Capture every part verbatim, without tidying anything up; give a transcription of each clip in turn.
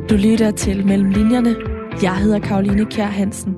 Du lytter til Mellem Linjerne. Jeg hedder Caroline Kjær Hansen.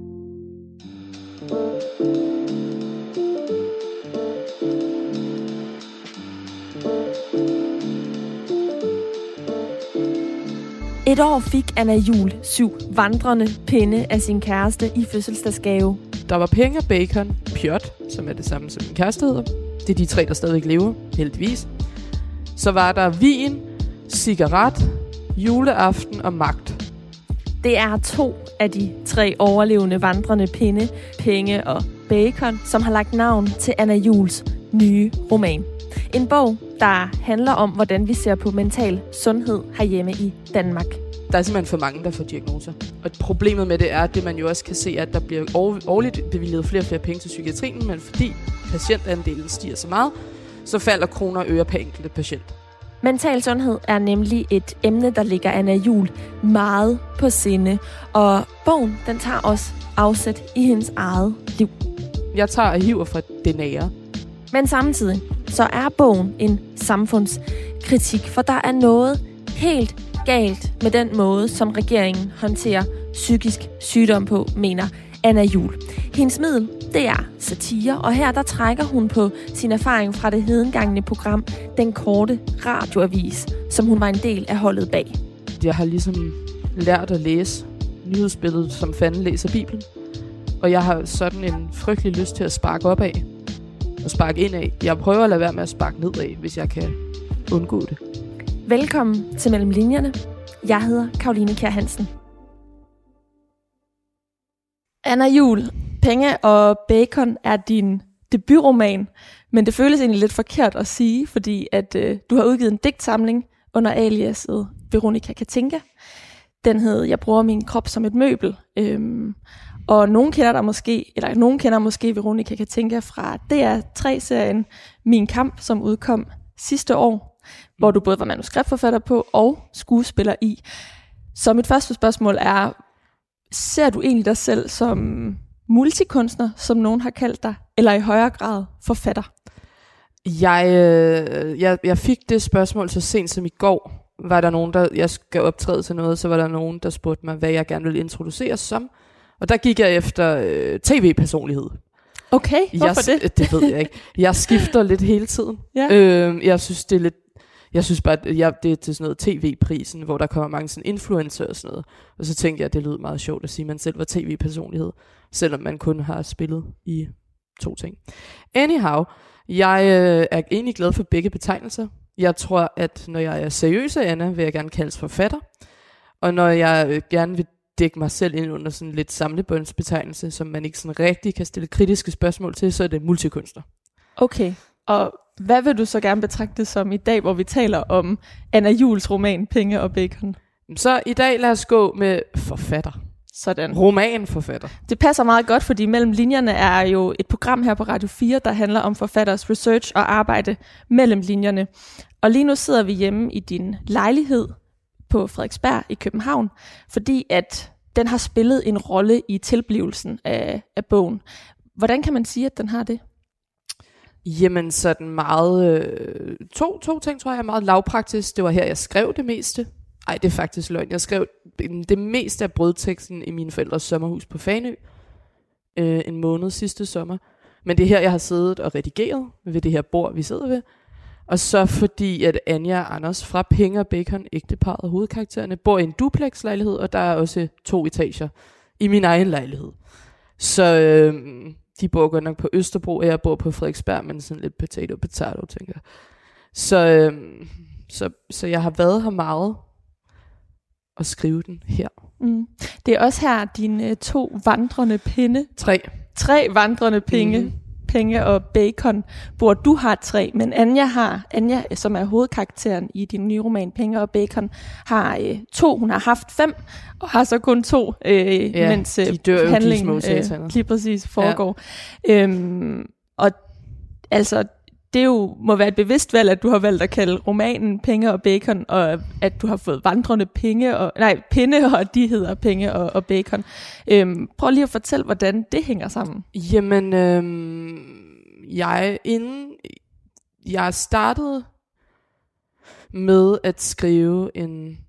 Et år fik Anna Juhl syv vandrende pinde af sin kæreste i fødselsdagsgave. Der var penge, bacon, pjot, som er det samme som min kæreste hedder. Det er de tre, der stadig lever, heldigvis. Så var der vin, cigaret, juleaften og magt. Det er to af de tre overlevende vandrende pinde, penge og bacon, som har lagt navn til Anna Juhls nye roman. En bog, der handler om, hvordan vi ser på mental sundhed herhjemme i Danmark. Der er simpelthen for mange, der får diagnoser. Og problemet med det er, at det man jo også kan se, at der bliver årligt bevilget flere og flere penge til psykiatrien, men fordi patientandelen stiger så meget, så falder kroner og øre per enkelte patient. Mental sundhed er nemlig et emne, der ligger Anna Juhl meget på sinde, og bogen den tager også afsæt i hendes eget liv. Jeg tager og hiver fra det nære. Men samtidig så er bogen en samfundskritik, for der er noget helt galt med den måde, som regeringen håndterer psykisk sygdom på, mener Anna Juhl. Hendes middel, det er satire, og her der trækker hun på sin erfaring fra det hedengangne program Den Korte Radioavis, som hun var en del af holdet bag. Jeg har ligesom lært at læse nyhedsbilledet, som fanden læser Bibelen. Og jeg har sådan en frygtelig lyst til at sparke op af og sparke ind af. Jeg prøver at lade være med at sparke ned af, hvis jeg kan undgå det. Velkommen til Mellem Linjerne. Jeg hedder Caroline Kjær Hansen. Anna Juhl, Penge og Bacon er din debutroman, men det føles egentlig lidt forkert at sige, fordi at øh, du har udgivet en digtsamling under aliaset Veronica Katinka. Den hed Jeg bruger min krop som et møbel. Øhm, og nogen kender der måske, eller nogen kender måske Veronica Katinka fra D R tre-serien Min Kamp, som udkom sidste år, hvor du både var manuskriptforfatter på og skuespiller i. Så mit første spørgsmål er, ser du egentlig dig selv som multikunstner, som nogen har kaldt dig, eller i højere grad forfatter? Jeg, øh, jeg, jeg fik det spørgsmål så sent som i går. Var der nogen, der jeg skal optræde til noget, så var der nogen, der spurgte mig, hvad jeg gerne ville introduceres som. Og der gik jeg efter øh, tv-personlighed. Okay, hvorfor jeg, det? Det ved jeg ikke. Jeg skifter lidt hele tiden. Ja. Øh, jeg synes, det er lidt... Jeg synes bare, at jeg, det er til sådan noget tv-prisen, hvor der kommer mange sådan influencer og sådan noget. Og så tænkte jeg, at det lød meget sjovt at sige, at man selv var tv-personlighed, selvom man kun har spillet i to ting. Anyhow, jeg øh, er egentlig glad for begge betegnelser. Jeg tror, at når jeg er seriøs af Anna, vil jeg gerne kaldes forfatter. Og når jeg øh, gerne vil dække mig selv ind under sådan lidt samlebåndsbetegnelse, som man ikke sådan rigtig kan stille kritiske spørgsmål til, så er det multikunstner. Okay, og hvad vil du så gerne betragte som i dag, hvor vi taler om Anna Juhls roman Penge og Bacon? Så i dag lad os gå med forfatter. Sådan. Romanforfatter. Det passer meget godt, fordi Mellem Linjerne er jo et program her på Radio fire, der handler om forfatteres research og arbejde mellem linjerne. Og lige nu sidder vi hjemme i din lejlighed på Frederiksberg i København, fordi at den har spillet en rolle i tilblivelsen af, af bogen. Hvordan kan man sige, at den har det? Jamen sådan meget, øh, to, to ting tror jeg er meget lavpraktisk. Det var her jeg skrev det meste. Ej, det er faktisk løgn. Jeg skrev det meste af brødteksten i mine forældres sommerhus på Fanø. Øh, en måned sidste sommer. Men det er her jeg har siddet og redigeret ved det her bord vi sidder ved. Og så fordi at Anja og Anders fra Penge og Bacon, ægteparret og hovedkaraktererne, bor i en duplex-lejlighed, og der er også to etager i min egen lejlighed. Så øh, de bor godt nok på Østerbro, og jeg bor på Frederiksberg, men sådan lidt potato potato, tænker jeg. Så, øh, så, så jeg har været her meget og skrive den her. Mm. Det er også her dine to vandrende pinde. Tre. Tre vandrende penge. Mm-hmm. Penge og Bacon, hvor du har tre, men Anja har, Anja, som er hovedkarakteren i din nye roman Penge og Bacon, har øh, to. Hun har haft fem, og har så kun to, øh, ja, mens øh, handlingen øh, lige præcis foregår. Ja. Øhm, og altså, det jo må være et bevidst valg, at du har valgt at kalde romanen Penge og Bacon, og at du har fået vandrende penge, og, nej, pinde, og de hedder Penge og, og Bacon. Øhm, prøv lige at fortælle, hvordan det hænger sammen. Jamen, øhm, jeg, inden jeg startede med at skrive en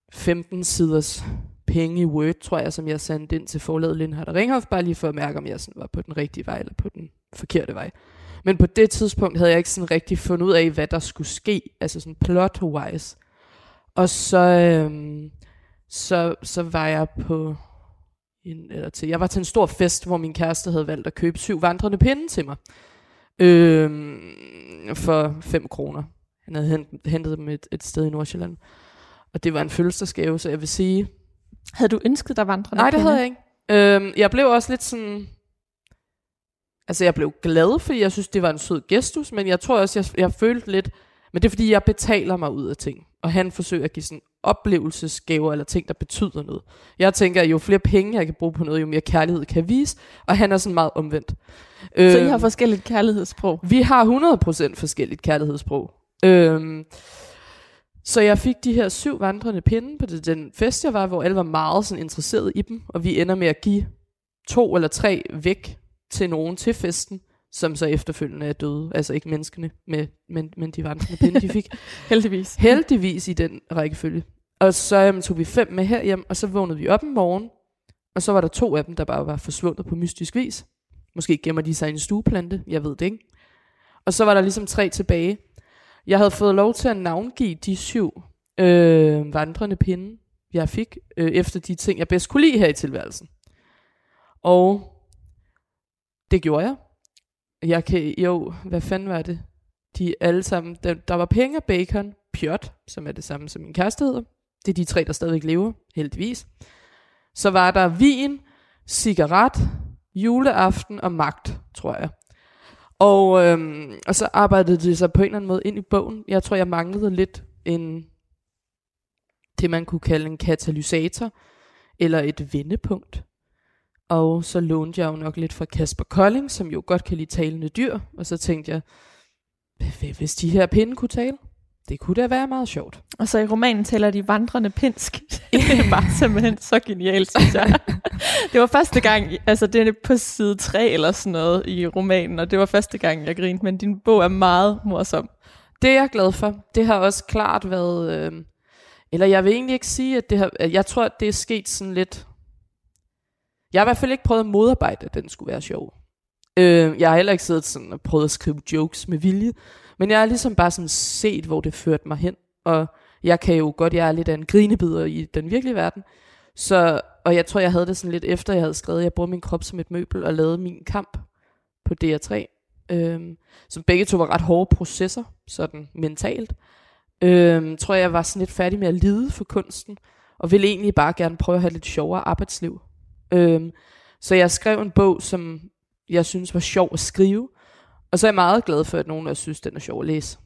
femten siders penge i Word, tror jeg, som jeg sendte ind til forlaget Lindhardt og Ringhof, bare lige for at mærke, om jeg sådan var på den rigtige vej, eller på den forkerte vej. Men på det tidspunkt havde jeg ikke sådan rigtig fundet ud af, hvad der skulle ske, altså sådan plot-wise. Og så, øhm, så, så var jeg på, en, eller til, jeg var til en stor fest, hvor min kæreste havde valgt at købe syv vandrende pinde til mig, øhm, for fem kroner. Han havde hentet dem et, et sted i Nordsjælland. Og det var en fødselsdagsgave, så jeg vil sige... Havde du ønsket dig vandrende Nej, det pinde? havde jeg ikke. Øhm, jeg blev også lidt sådan... Altså, jeg blev glad, fordi jeg synes, det var en sød gestus, men jeg tror også, jeg, jeg følte lidt... Men det er, fordi jeg betaler mig ud af ting. Og han forsøger at give sådan oplevelsesgaver, eller ting, der betyder noget. Jeg tænker, at jo flere penge, jeg kan bruge på noget, jo mere kærlighed kan jeg vise. Og han er sådan meget omvendt. Så øhm, I har forskelligt kærlighedssprog? Vi har hundrede procent forskelligt kærlighedssprog. Øhm, så jeg fik de her syv vandrende pinde på det, den fest, jeg var, hvor alle var meget sådan interesseret i dem, og vi ender med at give to eller tre væk til nogen til festen, som så efterfølgende er døde. Altså ikke menneskene, med, men, men de vandrende pinde, de fik. Heldigvis. Heldigvis i den rækkefølge. Og så jamen, tog vi fem med herhjem, og så vågnede vi op en morgen, og så var der to af dem, der bare var forsvundet på mystisk vis. Måske gemmer de sig i en stueplante, jeg ved det ikke. Og så var der ligesom tre tilbage. Jeg havde fået lov til at navngive de syv øh, vandrende pinde, jeg fik, øh, efter de ting, jeg bedst kunne lide her i tilværelsen. Og det gjorde jeg. Jeg kan, jo, hvad fanden var det? De alle sammen, der, der var penge, bacon, pjot, som er det samme som min kæreste hedder. Det er de tre, der stadigvæk lever, heldigvis. Så var der vin, cigaret, juleaften og magt, tror jeg. Og, øhm, og så arbejdede det sig på en eller anden måde ind i bogen. Jeg tror, jeg manglede lidt en, det man kunne kalde en katalysator, eller et vendepunkt. Og så lånte jeg jo nok lidt fra Kasper Kolding, som jo godt kan lide talende dyr. Og så tænkte jeg, hvis de her pinde kunne tale, det kunne da være meget sjovt. Og så i romanen taler de vandrende pinsk. Det er bare simpelthen så genialt, synes jeg. Det var første gang, altså det er på side tre eller sådan noget i romanen, og det var første gang, jeg grinede, men din bog er meget morsom. Det er jeg glad for. Det har også klart været, øh, eller jeg vil egentlig ikke sige, at det har, jeg tror, at det er sket sådan lidt, jeg har i hvert fald ikke prøvet at modarbejde, at den skulle være sjov. Øh, jeg har heller ikke siddet sådan og prøvet at skrive jokes med vilje, men jeg har ligesom bare sådan set, hvor det førte mig hen, og jeg kan jo godt, jeg er lidt af en grinebider i den virkelige verden, så, og jeg tror, jeg havde det sådan lidt efter, jeg havde skrevet, jeg bruger min krop som et møbel, og lavede min kamp på D R tre, øhm, som begge to var ret hårde processer, sådan mentalt. Øhm, tror jeg, jeg var sådan lidt færdig med at lide for kunsten, og ville egentlig bare gerne prøve at have et lidt sjovere arbejdsliv. Øhm, så jeg skrev en bog, som jeg synes var sjov at skrive, og så er jeg meget glad for, at nogen også synes, den er sjov at læse.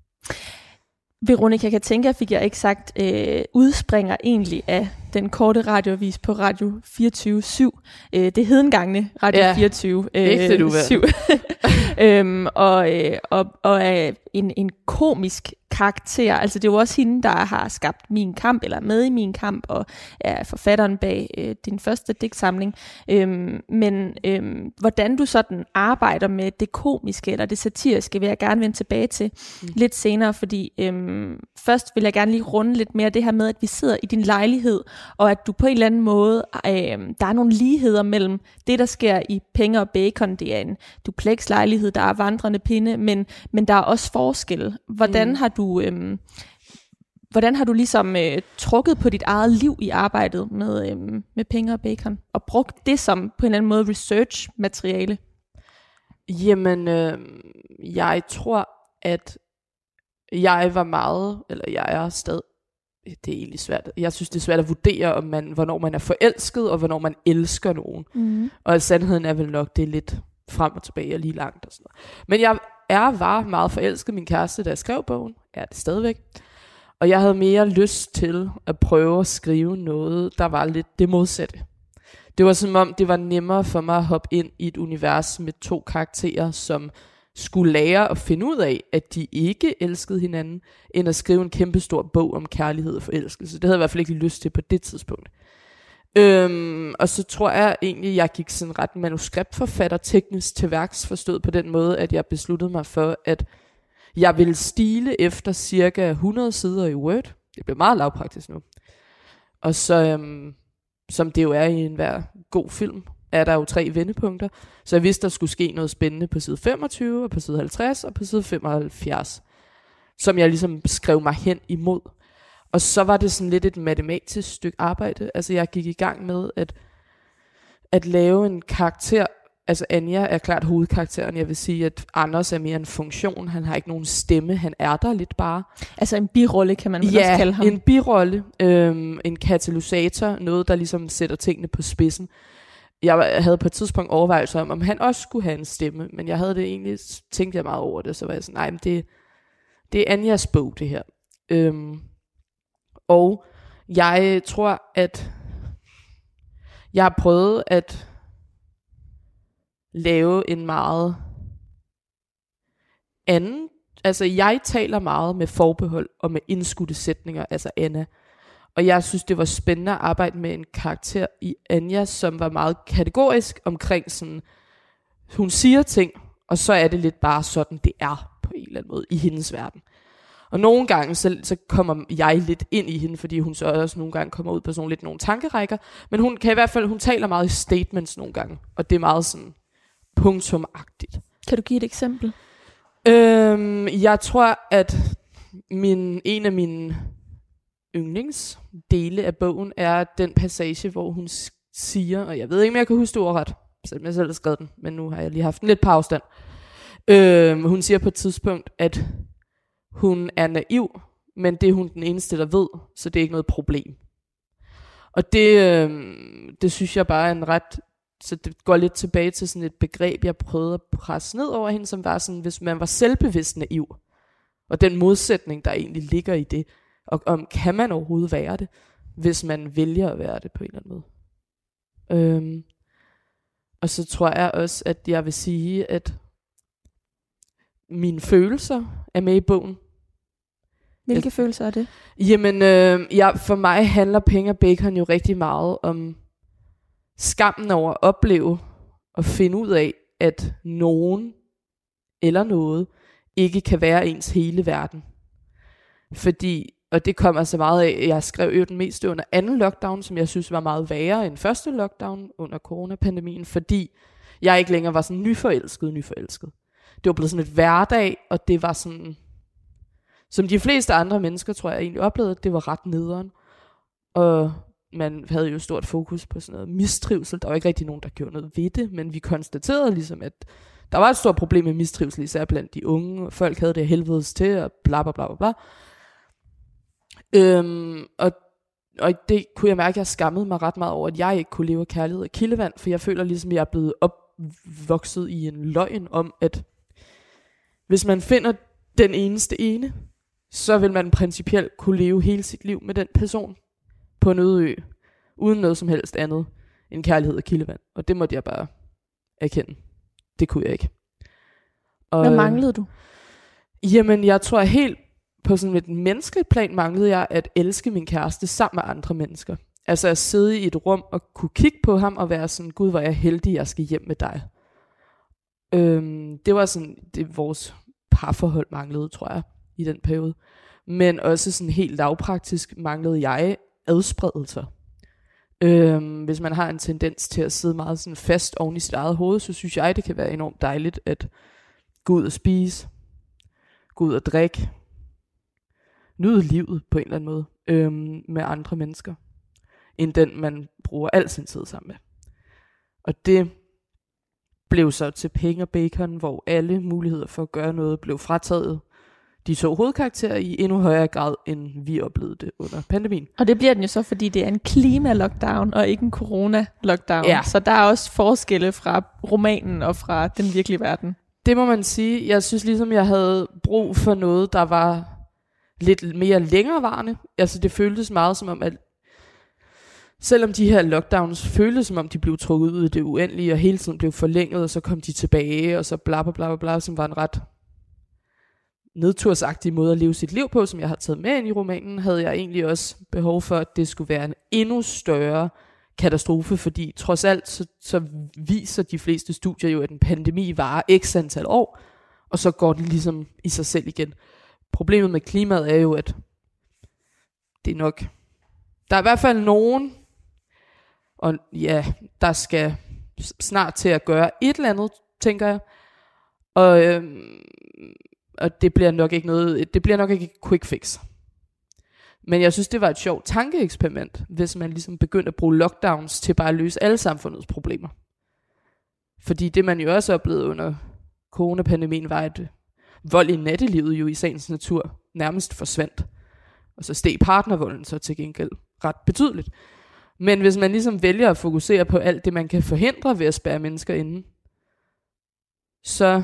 Veronica, kan tænke, fik jeg ikke sagt, øh, udspringer egentlig af den korte radioavis på Radio fireogtyve syv. Øh, det hedengangne Radio ja, fireogtyve syv. øhm, og, øh, og, og er en, en komisk karakter. Altså det er jo også hende, der har skabt Min Kamp, eller med i Min Kamp, og er forfatteren bag øh, din første digtsamling. Øhm, men øhm, hvordan du sådan arbejder med det komiske, eller det satiriske, vil jeg gerne vende tilbage til mm. lidt senere, fordi øhm, først vil jeg gerne lige runde lidt mere det her med, at vi sidder i din lejlighed, og at du på en eller anden måde, øh, der er nogle ligheder mellem det, der sker i Penge og Bacon. Det er en duplex lejlighed, der er vandrende pinde, men, men der er også forskelle. Hvordan mm. har du, øh, hvordan har du ligesom øh, trukket på dit eget liv i arbejdet med, øh, med Penge og Bacon, og brugt det som på en eller anden måde research-materiale? Jamen, øh, jeg tror, at jeg var meget, eller jeg er stadig, det er egentlig svært. Jeg synes, det er svært at vurdere, om man, hvornår man er forelsket, og hvornår man elsker nogen. Mm. Og sandheden er vel nok, det er lidt frem og tilbage og lige langt og sådan noget. Men jeg er, var meget forelsket min kæreste, da jeg skrev bogen. Jeg er det stadigvæk. Og jeg havde mere lyst til at prøve at skrive noget, der var lidt det modsatte. Det var som om, det var nemmere for mig at hoppe ind i et univers med to karakterer, som skulle lære at finde ud af, at de ikke elskede hinanden, end at skrive en kæmpestor bog om kærlighed og forelskelse. Det havde jeg i hvert fald ikke lyst til på det tidspunkt. Øhm, og så tror jeg egentlig, jeg gik sådan ret manuskriptforfatter teknisk til værks, forstået på den måde, at jeg besluttede mig for, at jeg ville stile efter cirka hundrede sider i Word. Det bliver meget lavpraktisk nu. Og så, øhm, som det jo er i enhver god film, er der jo tre vendepunkter. Så jeg vidste, der skulle ske noget spændende på side femogtyve, og på side halvtreds, og på side femoghalvfjerds. Som jeg ligesom skrev mig hen imod. Og så var det sådan lidt et matematisk stykke arbejde. Altså jeg gik i gang med at, at lave en karakter. Altså Anja er klart hovedkarakteren. Jeg vil sige, at Anders er mere en funktion. Han har ikke nogen stemme. Han er der lidt bare. Altså en birolle, kan man vel ja, også kalde ham. en birolle. Øhm, en katalysator. Noget, der ligesom sætter tingene på spidsen. Jeg havde på et tidspunkt overvejelser om, om han også skulle have en stemme. Men jeg havde det egentlig, tænkte jeg meget over det. Så var jeg sådan, nej, men det, det er Anjas bog, det her. Øhm, og jeg tror, at jeg har prøvet at lave en meget anden, altså jeg taler meget med forbehold og med indskudte sætninger, altså Anna. Og jeg synes, det var spændende at arbejde med en karakter i Anja, som var meget kategorisk omkring sådan, hun siger ting, og så er det lidt bare sådan, det er på en eller anden måde i hendes verden. Og nogle gange, så, så kommer jeg lidt ind i hende, fordi hun så også nogle gange kommer ud på sådan lidt nogle tankerækker. Men hun kan i hvert fald, hun taler meget i statements nogle gange, og det er meget sådan punktumagtigt. Kan du give et eksempel? Øhm, jeg tror, at min, en af mine yndlingsdele af bogen er den passage, hvor hun siger, og jeg ved ikke, om jeg kan huske det ordret, selvom jeg selv har skrevet den, men nu har jeg lige haft en lidt på afstand. Øhm, hun siger på et tidspunkt, at hun er naiv, men det er hun den eneste, der ved, så det er ikke noget problem. Og det, øh, det synes jeg bare er en ret, så det går lidt tilbage til sådan et begreb, jeg prøvede at presse ned over hende, som var sådan, hvis man var selvbevidst naiv, og den modsætning, der egentlig ligger i det, og om kan man overhovedet være det, hvis man vælger at være det på en eller anden måde. Øhm, og så tror jeg også, at jeg vil sige, at mine følelser er med i bogen. Hvilke jeg, følelser er det? Jamen, øh, ja, for mig handler Penge og Bacon jo rigtig meget om skammen over at opleve og finde ud af, at nogen eller noget ikke kan være ens hele verden. Fordi, og det kommer så meget af, jeg skrev jo den meste under anden lockdown, som jeg synes var meget værre end første lockdown under coronapandemien, fordi jeg ikke længere var sådan nyforelsket, nyforelsket. Det var blevet sådan et hverdag, og det var sådan, som de fleste andre mennesker, tror jeg egentlig oplevede, det var ret nederen. Og man havde jo stort fokus på sådan noget mistrivsel. Der var ikke rigtig nogen, der gjorde noget ved det, men vi konstaterede ligesom, at der var et stort problem med mistrivsel, især blandt de unge, og folk havde det helvedes til, og bla bla bla bla bla. Øhm, og, og det kunne jeg mærke, at jeg skammede mig ret meget over, at jeg ikke kunne leve af kærlighed og kildevand, for jeg føler ligesom, at jeg er blevet opvokset i en løgn om, at hvis man finder den eneste ene, så vil man principielt kunne leve hele sit liv med den person på en øde ø, uden noget som helst andet end kærlighed og kildevand. Og det måtte jeg bare erkende. Det kunne jeg ikke. Og, hvad manglede du? Jamen, jeg tror helt på sådan et menneskeligt plan manglede jeg at elske min kæreste sammen med andre mennesker. Altså at sidde i et rum og kunne kigge på ham og være sådan, Gud, hvor er jeg heldig, jeg skal hjem med dig. Øhm, det var sådan, det vores parforhold manglede, tror jeg, i den periode. Men også sådan helt lavpraktisk manglede jeg adspredelser. Øhm, hvis man har en tendens til at sidde meget sådan fast oven i sit eget hoved, så synes jeg, det kan være enormt dejligt at gå ud og spise, gå ud og drikke, nyde livet på en eller anden måde øhm, med andre mennesker, end den man bruger al sin tid sammen med. Og det blev så til Penge og Bacon, hvor alle muligheder for at gøre noget blev frataget de to hovedkarakterer i endnu højere grad, end vi oplevede det under pandemien. Og det bliver den jo så, fordi det er en klima-lockdown, og ikke en corona-lockdown. Ja. Så der er også forskelle fra romanen og fra den virkelige verden. Det må man sige. Jeg synes ligesom, jeg havde brug for noget, der var lidt mere længerevarende. Altså det føltes meget som om, at selvom de her lockdowns føltes som om, de blev trukket ud i det uendelige, og hele tiden blev forlænget, og så kom de tilbage, og så bla bla bla bla, som var en ret nedtursagtig måde at leve sit liv på, som jeg har taget med ind i romanen, havde jeg egentlig også behov for, at det skulle være en endnu større katastrofe, fordi trods alt, så, så viser de fleste studier jo, at en pandemi varer x antal år, og så går den ligesom i sig selv igen. Problemet med klimaet er jo, at det er nok der er i hvert fald nogen, og ja, der skal snart til at gøre et eller andet, tænker jeg. Og, øhm, og det bliver nok ikke noget, det bliver nok ikke et quick fix. Men jeg synes, det var et sjovt tankeeksperiment, hvis man ligesom begyndte at bruge lockdowns til bare at løse alle samfundets problemer. Fordi det man jo også oplevede under coronapandemien var, at vold i nattelivet jo i sagens natur nærmest forsvandt. Og så steg partnervolden så til gengæld ret betydeligt. Men hvis man ligesom vælger at fokusere på alt det, man kan forhindre ved at spærre mennesker inde, så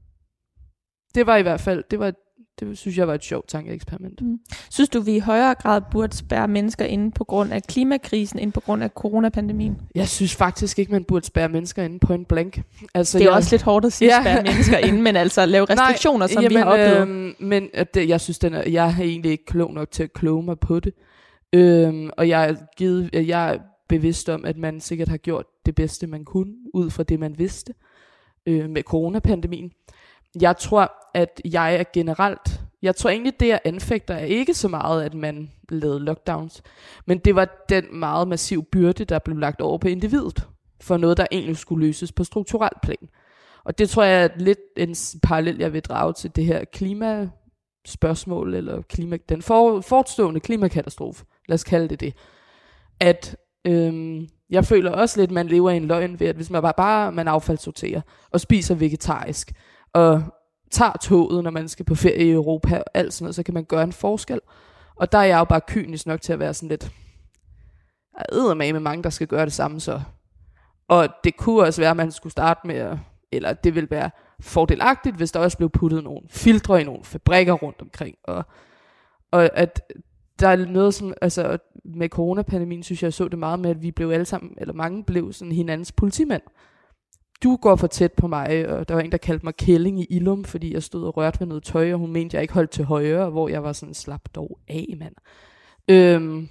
det var i hvert fald, det var, det synes jeg var et sjovt tankeeksperiment. Mm. Synes du, vi i højere grad burde spærre mennesker inde på grund af klimakrisen, end på grund af coronapandemien? Jeg synes faktisk ikke, man burde spærre mennesker inde på en blank. Altså, det er jeg, også lidt hårdt at sige, ja. Spærre mennesker inde, men altså lave restriktioner, Nej, som jamen, vi har oplevet. Øhm, men det, jeg synes, den er, jeg er egentlig ikke klog nok til at kloge mig på det. Øhm, og jeg er, givet, jeg er bevidst om, at man sikkert har gjort det bedste, man kunne, ud fra det, man vidste øh, med coronapandemien. Jeg tror, at jeg er generelt, jeg tror egentlig, det jeg anfægter er ikke så meget, at man lavede lockdowns, men det var den meget massiv byrde, der blev lagt over på individet, for noget, der egentlig skulle løses på strukturelt plan. Og det tror jeg er lidt en parallel, jeg vil drage til det her klimaspørgsmål, eller klima, den for, forestående klimakatastrofe, lad os kalde det det. At øhm, jeg føler også lidt, at man lever i en løgn ved, at hvis man bare, bare man affaldssorterer og spiser vegetarisk, og tager toget, når man skal på ferie i Europa, og alt sådan noget, så kan man gøre en forskel. Og der er jeg jo bare kynisk nok til at være sådan lidt, jeg æder med mange, der skal gøre det samme så. Og det kunne også være, at man skulle starte med, at, eller det ville være fordelagtigt, hvis der også blev puttet nogle filtre i nogle fabrikker rundt omkring. Og, og at der er noget som, altså med coronapandemien, synes jeg, jeg så det meget med, at vi blev alle sammen, eller mange blev sådan hinandens politimænd. Du går for tæt på mig, og der var en, der kaldte mig kælling i Ilum, fordi jeg stod og rørte ved noget tøj, og hun mente, jeg ikke holdt til højre, hvor jeg var sådan, slap dog af, mand. Øhm,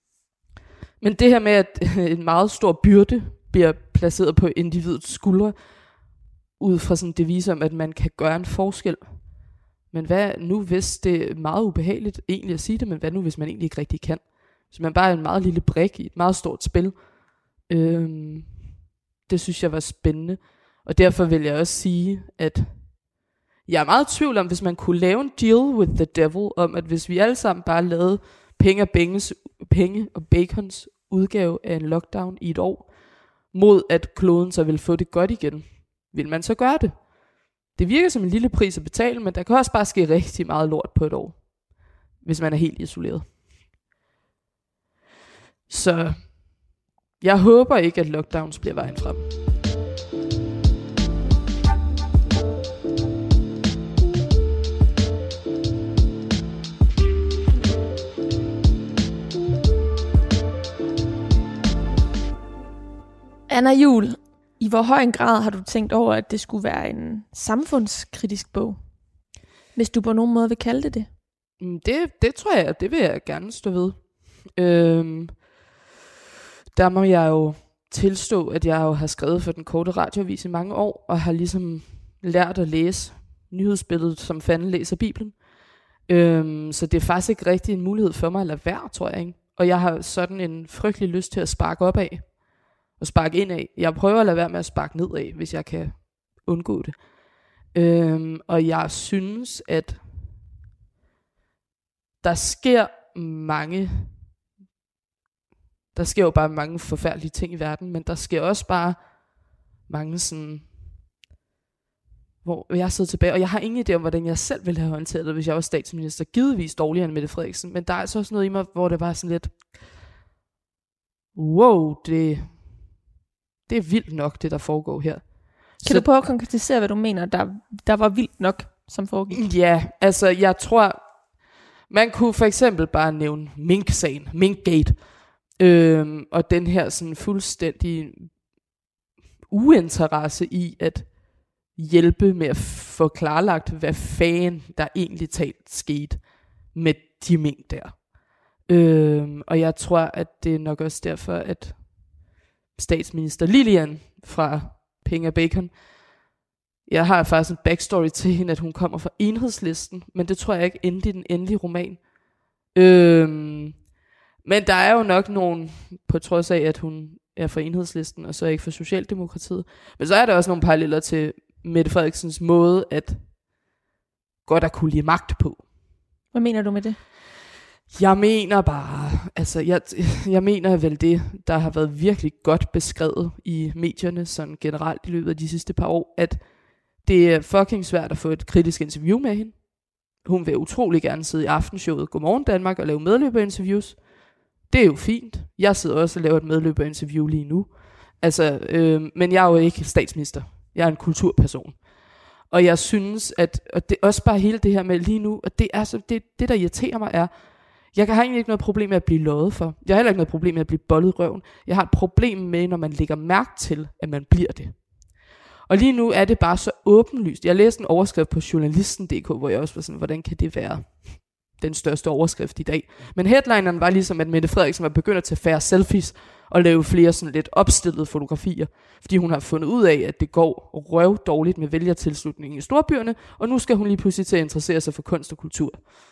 men det her med, at en meget stor byrde bliver placeret på individets skuldre, ud fra sådan det viser om, at man kan gøre en forskel. Men hvad nu, hvis det er meget ubehageligt egentlig at sige det, men hvad nu, hvis man egentlig ikke rigtig kan? Så man bare er en meget lille brik i et meget stort spil. Øhm, det synes jeg var spændende. Og derfor vil jeg også sige, at jeg er meget i tvivl om, hvis man kunne lave en deal with the devil, om at hvis vi alle sammen bare lavede penge og, benges, penge og bacons udgave af en lockdown i et år, mod at kloden så vil få det godt igen, vil man så gøre det? Det virker som en lille pris at betale, men der kan også bare ske rigtig meget lort på et år, hvis man er helt isoleret. Så jeg håber ikke, at lockdowns bliver vejen frem. Anna Juhl, i hvor høj en grad har du tænkt over, at det skulle være en samfundskritisk bog? Hvis du på nogen måde vil kalde det det? Det, det tror jeg, det vil jeg gerne stå ved. Øhm, der må jeg jo tilstå, at jeg jo har skrevet for Den Korte Radioavis i mange år, og har ligesom lært at læse nyhedsbilledet, som fanden læser Bibelen. Øhm, så det er faktisk ikke rigtig en mulighed for mig at lade være, tror jeg ikke. Og jeg har sådan en frygtelig lyst til at sparke op af, og sparke ind af. Jeg prøver at lade være med at sparke ned af, hvis jeg kan undgå det. Øhm, og jeg synes, at der sker mange, der sker jo bare mange forfærdelige ting i verden, men der sker også bare mange sådan, hvor jeg sidder tilbage, og jeg har ingen idé om, hvordan jeg selv ville have håndteret det, hvis jeg var statsminister. Givetvis dårligere end Mette Frederiksen, men der er altså også noget i mig, hvor det var sådan lidt, wow, det, det er vildt nok, det der foregår her. Kan Så, du prøve at konkretisere, hvad du mener, der, der var vildt nok, som foregik? Ja, altså jeg tror, man kunne for eksempel bare nævne Mink-sagen, Minkgate, øhm, og den her sådan fuldstændig uinteresse i at hjælpe med at få klarlagt, hvad fanden der egentlig talt skete med de mink der. Øhm, og jeg tror, at det er nok også derfor, at statsminister Lilian fra Penge og Bacon, jeg har faktisk en backstory til hende, at hun kommer fra Enhedslisten, men det tror jeg ikke endte i den endelige roman. Øhm, Men der er jo nok nogen, på trods af, at hun er for Enhedslisten, og så ikke for Socialdemokratiet. Men så er der også nogle paralleller til Mette Frederiksens måde at godt at kunne lide magt på. Hvad mener du med det? Jeg mener bare, altså jeg, jeg mener vel det, der har været virkelig godt beskrevet i medierne sådan generelt i løbet af de sidste par år, at det er fucking svært at få et kritisk interview med hende. Hun vil utrolig gerne sidde i aftenshowet Godmorgen Danmark og lave medløberinterviews. Det er jo fint. Jeg sidder også og laver et medløberinterview lige nu. Altså, øh, men jeg er jo ikke statsminister. Jeg er en kulturperson. Og jeg synes, at og det også bare hele det her med lige nu, at det er så det, det der irriterer mig er, jeg har egentlig ikke noget problem med at blive løjet for. Jeg har heller ikke noget problem med at blive bollet i røven. Jeg har et problem med, når man lægger mærke til, at man bliver det. Og lige nu er det bare så åbenlyst. Jeg læste en overskrift på journalisten punktum d k, hvor jeg også var sådan, hvordan kan det være den største overskrift i dag? Men headlineren var ligesom, at Mette Frederiksen var begyndt at tage færre selfies og lave flere sådan lidt opstillede fotografier, fordi hun har fundet ud af, at det går røv dårligt med vælgertilslutningen i storbyerne, og nu skal hun lige pludselig til at interessere sig for kunst og kultur.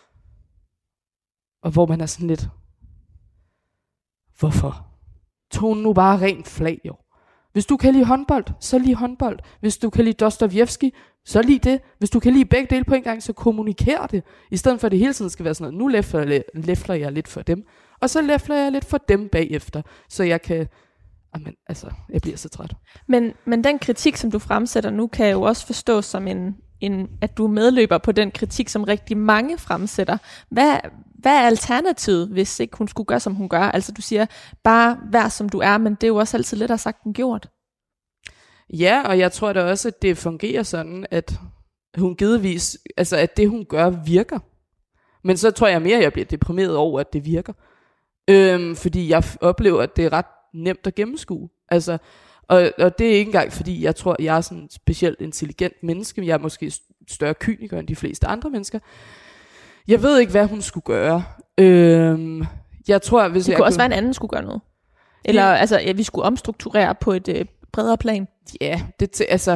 Og hvor man er sådan lidt, hvorfor? Tog nu bare rent flag, jo. Hvis du kan lide håndbold, så lide håndbold. Hvis du kan lide Dostojevski, så lide det. Hvis du kan lide begge dele på en gang, så kommuniker det. I stedet for at det hele tiden skal være sådan noget, nu læfler, læfler jeg lidt for dem, og så læfler jeg lidt for dem bagefter, så jeg kan, jamen, altså, jeg bliver så træt. Men, men den kritik, som du fremsætter nu, kan jo også forstås som en, en, at du medløber på den kritik, som rigtig mange fremsætter. Hvad, hvad er alternativet, hvis ikke hun skulle gøre, som hun gør? Altså du siger, bare vær som du er, men det er jo også altid lettere sagt end gjort. Ja, og jeg tror da også, at det fungerer sådan, at hun givetvis, altså at det hun gør virker. Men så tror jeg mere, at jeg bliver deprimeret over, at det virker. Øhm, fordi jeg oplever, at det er ret nemt at gennemskue. Altså, og, og det er ikke engang, fordi jeg tror, jeg er sådan et specielt intelligent menneske. Jeg er måske større kyniker end de fleste andre mennesker. Jeg ved ikke, hvad hun skulle gøre. Øhm, jeg tror, hvis det jeg kunne også kunne... være, en anden skulle gøre noget. Eller ja. altså, ja, vi skulle omstrukturere på et øh, bredere plan. Ja, det til, altså,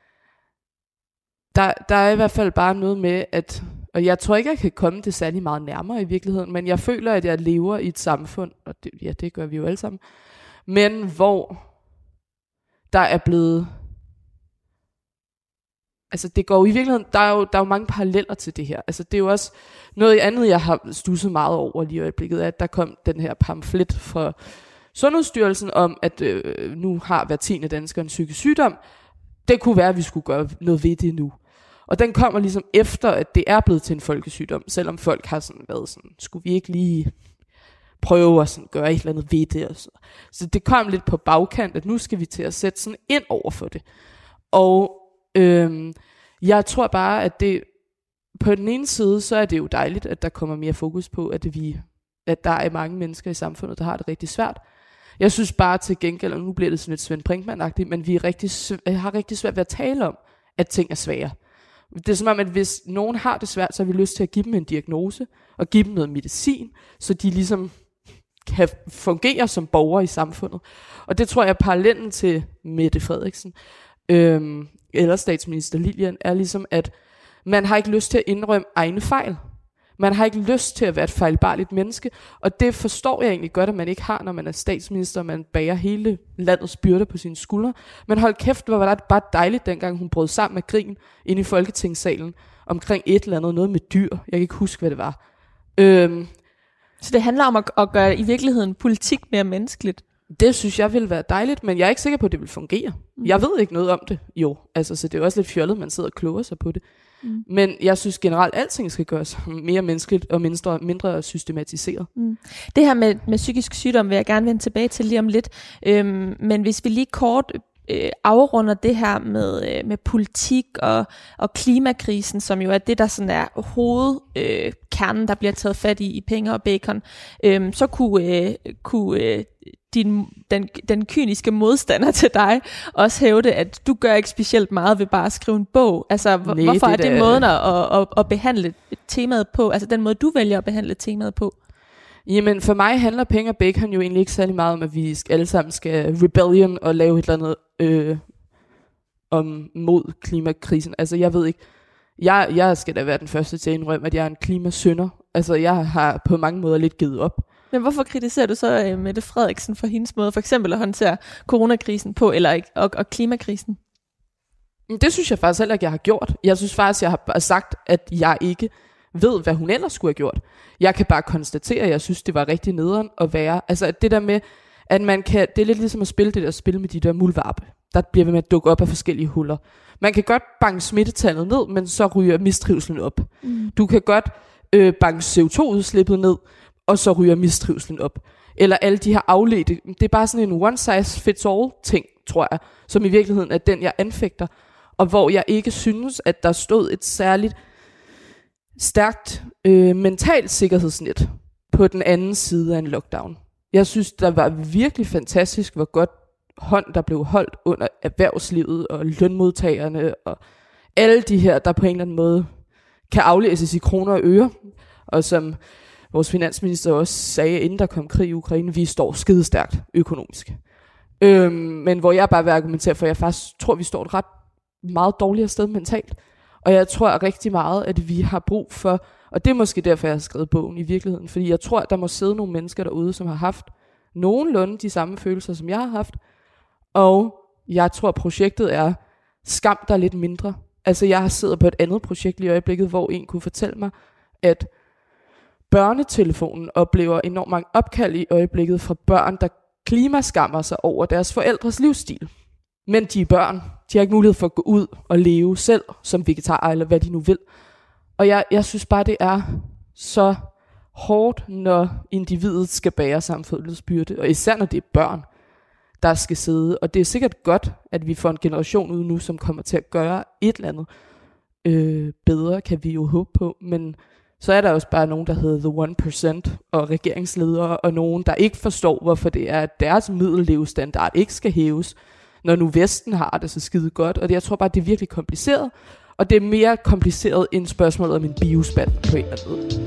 der, der er i hvert fald bare noget med, at, og jeg tror ikke, jeg kan komme det særlig meget nærmere i virkeligheden, men jeg føler, at jeg lever i et samfund, og det, ja, det gør vi jo alle sammen, men hvor der er blevet, altså det går jo i virkeligheden, der er jo, der er jo mange paralleller til det her. Altså det er jo også noget andet, jeg har stusset meget over lige i øjeblikket, at der kom den her pamflet fra Sundhedsstyrelsen om, at øh, nu har hver tiende dansker en psykisk sygdom. Det kunne være, at vi skulle gøre noget ved det nu. Og den kommer ligesom efter, at det er blevet til en folkesygdom, selvom folk har sådan været sådan, skulle vi ikke lige prøve at sådan gøre et eller andet ved det? Og så. så det kom lidt på bagkant, at nu skal vi til at sætte sådan ind over for det. Og øhm, jeg tror bare, at det på den ene side, så er det jo dejligt, at der kommer mere fokus på, at, vi, at der er mange mennesker i samfundet, der har det rigtig svært. Jeg synes bare til gengæld, og nu bliver det sådan lidt Svend Brinkmann-agtigt, men vi er rigtig, har rigtig svært ved at tale om, at ting er svære. Det er som om, at hvis nogen har det svært, så har vi lyst til at give dem en diagnose, og give dem noget medicin, så de ligesom kan fungere som borgere i samfundet. Og det tror jeg, parallellen til Mette Frederiksen, øhm, eller statsminister Lilian, er ligesom, at man har ikke lyst til at indrømme egne fejl. Man har ikke lyst til at være et fejlbarligt menneske, og det forstår jeg egentlig godt, at man ikke har, når man er statsminister, og man bærer hele landets byrder på sine skuldre. Men hold kæft, hvor var det bare dejligt, dengang hun brød sammen med grin inde i Folketingssalen, omkring et eller andet, noget med dyr. Jeg kan ikke huske, hvad det var. Øhm, Så det handler om at, at gøre i virkeligheden politik mere menneskeligt? Det synes jeg ville være dejligt, men jeg er ikke sikker på, at det vil fungere. Mm. Jeg ved ikke noget om det, jo. Altså, så det er også lidt fjollet, man sidder og kloger sig på det. Mm. Men jeg synes generelt, at alting skal gøres mere menneskeligt og mindre, mindre systematiseret. Mm. Det her med, med psykisk sygdom vil jeg gerne vende tilbage til lige om lidt. Øhm, men hvis vi lige kort øh, afrunder det her med, øh, med politik og, og klimakrisen, som jo er det, der sådan er hovedkernen, øh, der bliver taget fat i i Penge og Bacon, øh, så kunne, øh, kunne øh, din, den, den kyniske modstander til dig også hævde, at du gør ikke specielt meget ved bare at skrive en bog. Altså, hvor, Nej, hvorfor det er det der... måden at, at, at behandle temaet på, altså den måde, du vælger at behandle temaet på? Jamen, for mig handler Penge og Bacon jo egentlig ikke særlig meget om, at vi alle sammen skal rebellion og lave et eller andet øh, om, mod klimakrisen. Altså, jeg ved ikke, jeg, jeg skal da være den første til at indrømme, at jeg er en klimasynder. Altså, jeg har på mange måder lidt givet op. Men hvorfor kritiserer du så øh, Mette Frederiksen for hendes måde for eksempel at håndtere coronakrisen på, eller og, og klimakrisen? Det synes jeg faktisk heller ikke, jeg har gjort. Jeg synes faktisk, jeg har sagt, at jeg ikke ved, hvad hun ellers skulle have gjort. Jeg kan bare konstatere, at jeg synes, det var rigtig nederen at være. Altså det der med, at man kan, det er lidt ligesom at spille det der spil med de der muldvarpe. Der bliver ved med at dukke op af forskellige huller. Man kan godt banke smittetallet ned, men så ryger mistrivselen op. Mm. Du kan godt øh, banke C O to udslippet ned, og så ryger mistrivselen op. Eller alle de her afledte. Det er bare sådan en one size fits all ting, tror jeg, som i virkeligheden er den, jeg anfægter. Og hvor jeg ikke synes, at der stod et særligt stærkt øh, mentalt sikkerhedsnet på den anden side af en lockdown. Jeg synes, der var virkelig fantastisk, hvor godt hånd, der blev holdt under erhvervslivet og lønmodtagerne og alle de her, der på en eller anden måde kan aflæses i kroner og øre. Og som vores finansminister også sagde, inden der kom krig i Ukraine, vi står skidestærkt økonomisk. Øhm, men hvor jeg bare vil argumentere for, at jeg faktisk tror, vi står et ret meget dårligere sted mentalt. Og jeg tror rigtig meget, at vi har brug for, og det er måske derfor, jeg har skrevet bogen i virkeligheden, fordi jeg tror, at der må sidde nogle mennesker derude, som har haft nogenlunde de samme følelser, som jeg har haft. Og jeg tror, projektet er skam dig lidt mindre. Altså jeg har siddet på et andet projekt i øjeblikket, hvor en kunne fortælle mig, at børnetelefonen oplever enormt mange opkald i øjeblikket fra børn, der klimaskammer sig over deres forældres livsstil. Men de er børn. De har ikke mulighed for at gå ud og leve selv som vegetarer, eller hvad de nu vil. Og jeg, jeg synes bare, det er så hårdt, når individet skal bære samfundets byrde. Og især når det er børn, der skal sidde. Og det er sikkert godt, at vi får en generation ud nu, som kommer til at gøre et eller andet øh, bedre, kan vi jo håbe på. Men så er der også bare nogen, der hedder The one percent, og regeringsledere, og nogen, der ikke forstår, hvorfor det er, at deres middellevestandard ikke skal hæves, når nu Vesten har det så skide godt. Og det, jeg tror bare, det er virkelig kompliceret. Og det er mere kompliceret end spørgsmålet om en biospand på en eller anden måde.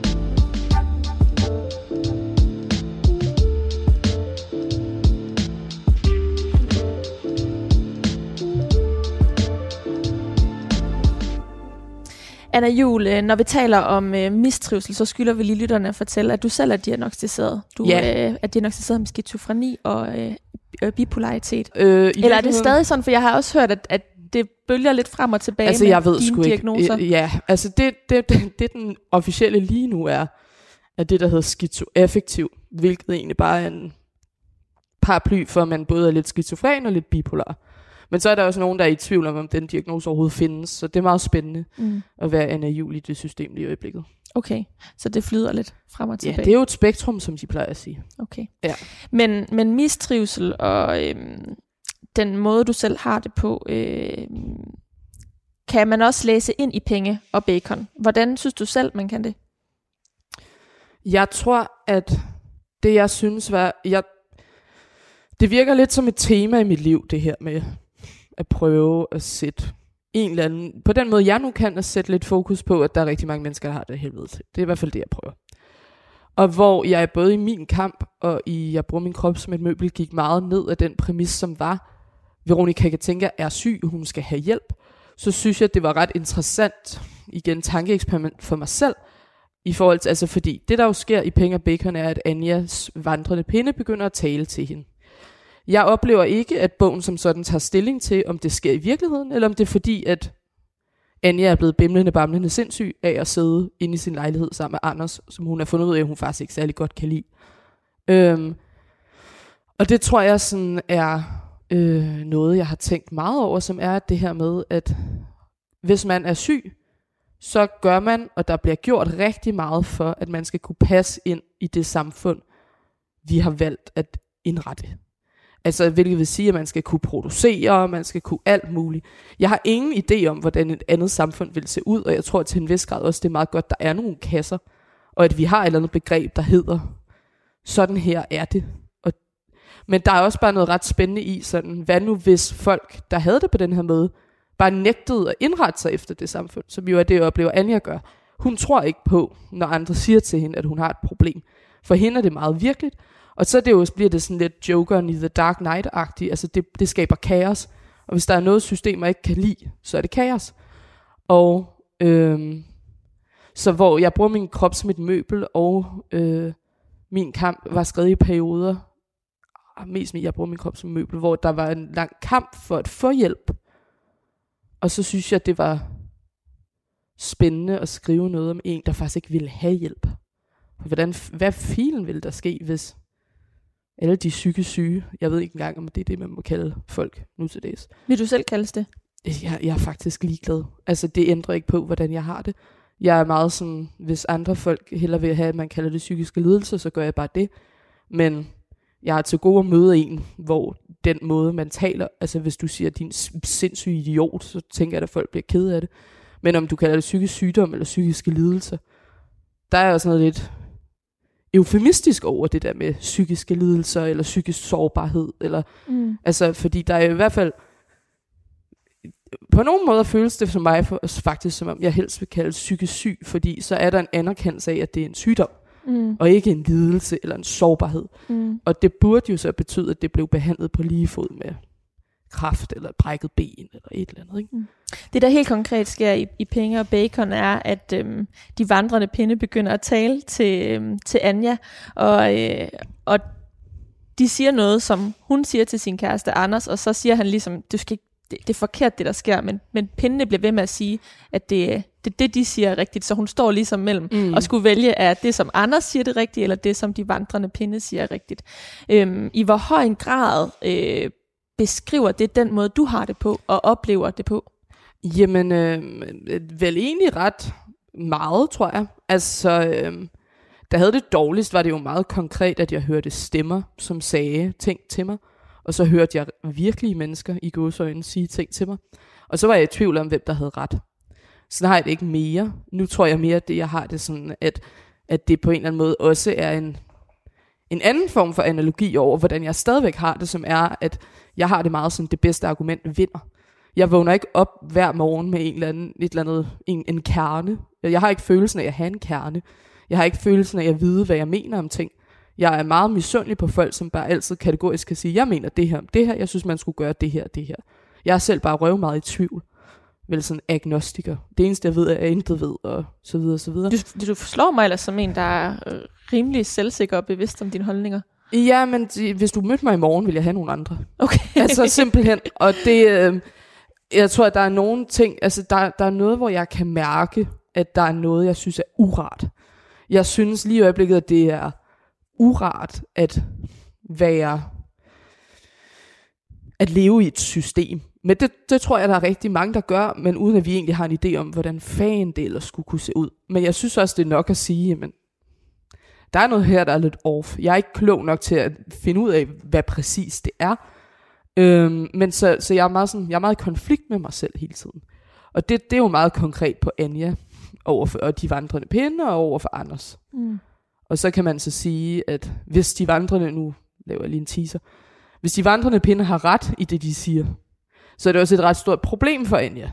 Anna Juhl, når vi taler om øh, mistrivsel, så skylder vi lige lytterne at fortælle, at du selv er diagnostiseret. Du ja. øh, er diagnostiseret med skizofreni og øh, øh, bipolaritet. Øh, Eller er det stadig sådan, for jeg har også hørt, at, at det bølger lidt frem og tilbage altså, med jeg ved dine sgu diagnoser? Ikke. Ja, altså det, det, det, det den officielle lige nu er, er det, der hedder skizoaffektiv, hvilket egentlig bare er en paraply for, at man både er lidt skizofren og lidt bipolar. Men så er der også nogen, der er i tvivl om, om den diagnose overhovedet findes. Så det er meget spændende mm. at være Anna Juhl i det system lige i øjeblikket. Okay, så det flyder lidt frem og tilbage. Ja, det er jo et spektrum, som de plejer at sige. Okay. Ja. Men, men mistrivsel og øhm, den måde, du selv har det på, øhm, kan man også læse ind i Penge og Bacon. Hvordan synes du selv, man kan det? Jeg tror, at det, jeg synes var... Jeg, det virker lidt som et tema i mit liv, det her med at prøve at sætte en eller anden... På den måde, jeg nu kan, at sætte lidt fokus på, at der er rigtig mange mennesker, der har det helvede til. Det er i hvert fald det, jeg prøver. Og hvor jeg både i min kamp og i Jeg bruger min krop som et møbel, gik meget ned af den præmis, som var, Veronica Katinka er syg, hun skal have hjælp. Så synes jeg, det var ret interessant, igen tankeeksperiment for mig selv, i forhold til, altså fordi det der jo sker i Penge og Bacon er, at Anjas vandrende pinde begynder at tale til hende. Jeg oplever ikke, at bogen som sådan tager stilling til, om det sker i virkeligheden, eller om det er fordi, at Anja er blevet bimlende, bamlende sindssyg af at sidde inde i sin lejlighed sammen med Anders, som hun har fundet ud af, at hun faktisk ikke særlig godt kan lide. Øhm, og det tror jeg sådan er øh, noget, jeg har tænkt meget over, som er det her med, at hvis man er syg, så gør man, og der bliver gjort rigtig meget for, at man skal kunne passe ind i det samfund, vi har valgt at indrette. Altså, hvilket vil sige, at man skal kunne producere, man skal kunne alt muligt. Jeg har ingen idé om, hvordan et andet samfund vil se ud, og jeg tror til en vis grad også, det er meget godt, der er nogle kasser, og at vi har et eller andet begreb, der hedder, sådan her er det. Og, men der er også bare noget ret spændende i, sådan, hvad nu hvis folk, der havde det på den her måde, bare nægtede at indrette sig efter det samfund, som jo er det, jeg oplever, Anja gør. Hun tror ikke på, når andre siger til hende, at hun har et problem. For hende er det meget virkeligt, og så det jo, bliver det sådan lidt Jokeren i The Dark Knight-agtigt, altså det, det skaber kaos. Og hvis der er noget, systemer ikke kan lide, så er det kaos. Og øhm, så hvor jeg bruger min krop som et møbel, og øh, min kamp var skrevet i perioder, mest med, jeg bruger min krop som møbel, hvor der var en lang kamp for at få hjælp. Og så synes jeg, det var spændende at skrive noget om en, der faktisk ikke ville have hjælp. Hvordan, hvad filen ville der ske, hvis alle de psykisk syge, jeg ved ikke engang, om det er det, man må kalde folk nu til dags. Vil du selv kaldes det? Jeg, jeg er faktisk ligeglad. Altså, det ændrer ikke på, hvordan jeg har det. Jeg er meget sådan, hvis andre folk hellere vil have, at man kalder det psykiske lidelser, så gør jeg bare det. Men jeg har til gode at møde en, hvor den måde, man taler, altså hvis du siger, din sindssyge idiot, så tænker jeg, at folk bliver ked af det. Men om du kalder det psykisk sygdom eller psykiske lidelser, der er også noget lidt eufemistisk over det der med psykiske lidelser, eller psykisk sårbarhed, eller, mm. altså, fordi der er i hvert fald, på nogle måder føles det for mig for, faktisk, som om jeg helst vil kalde det psykisk syg, fordi så er der en anerkendelse af, at det er en sygdom, mm. og ikke en lidelse eller en sårbarhed. Mm. Og det burde jo så betyde, at det blev behandlet på lige fod med kræft eller brækket ben eller et eller andet. Ikke? Mm. Det, der helt konkret sker i, i Penge og Bacon, er, at øhm, de vandrende pinde begynder at tale til, øhm, til Anja, og, øh, og de siger noget, som hun siger til sin kæreste Anders, og så siger han ligesom, du skal ikke, det, det er forkert, det der sker, men, men pindene bliver ved med at sige, at det, det, det de siger er rigtigt, så hun står ligesom mellem mm. og skulle vælge, er det, som Anders siger det rigtigt, eller det, som de vandrende pinde siger er rigtigt. Øhm, I hvor høj en grad øh, beskriver det den måde, du har det på, og oplever det på? Jamen, øh, vel egentlig ret meget, tror jeg. Altså, øh, da jeg havde det dårligst, var det jo meget konkret, at jeg hørte stemmer, som sagde ting til mig. Og så hørte jeg virkelige mennesker i gåseøjne sige ting til mig. Og så var jeg i tvivl om, hvem der havde ret. Så har jeg det ikke mere. Nu tror jeg mere, at det, jeg har det sådan, at, at det på en eller anden måde også er en, en anden form for analogi over, hvordan jeg stadigvæk har det, som er, at jeg har det meget sådan, det bedste argument vinder. Jeg vågner ikke op hver morgen med en eller anden, et eller andet, en, en kerne. Jeg har ikke følelsen af at have en kerne. Jeg har ikke følelsen af at vide, hvad jeg mener om ting. Jeg er meget misundelig på folk, som bare altid kategorisk kan sige, jeg mener det her, det her, jeg synes, man skulle gøre det her, det her. Jeg er selv bare røv meget i tvivl. Vel sådan agnostiker. Det eneste, jeg ved, er, at jeg intet ved, og så videre, og så videre. Du, du slår mig ellers som en, der er øh, rimelig selvsikker og bevidst om dine holdninger. Ja, men de, hvis du mødte mig i morgen, vil jeg have nogle andre. Okay. Altså simpelthen. Og det, øh, jeg tror, at der er nogle ting, altså der, der er noget, hvor jeg kan mærke, at der er noget, jeg synes er urart. Jeg synes lige i øjeblikket, at det er urart at være, at leve i et system. Men det, det tror jeg, der er rigtig mange, der gør, men uden at vi egentlig har en idé om, hvordan fanden det ellers skulle kunne se ud. Men jeg synes også, det er nok at sige, men der er noget her, der er lidt off. Jeg er ikke klog nok til at finde ud af, hvad præcis det er. Øhm, men så, så jeg er meget sådan, jeg er meget i konflikt med mig selv hele tiden. Og det, det er jo meget konkret på Anja, overfor, og de vandrende pinde, og over for Anders. Mm. Og så kan man så sige, at hvis de vandrende, nu laver jeg lige en teaser, hvis de vandrende pinde har ret i det, de siger, så er det også et ret stort problem for Anja.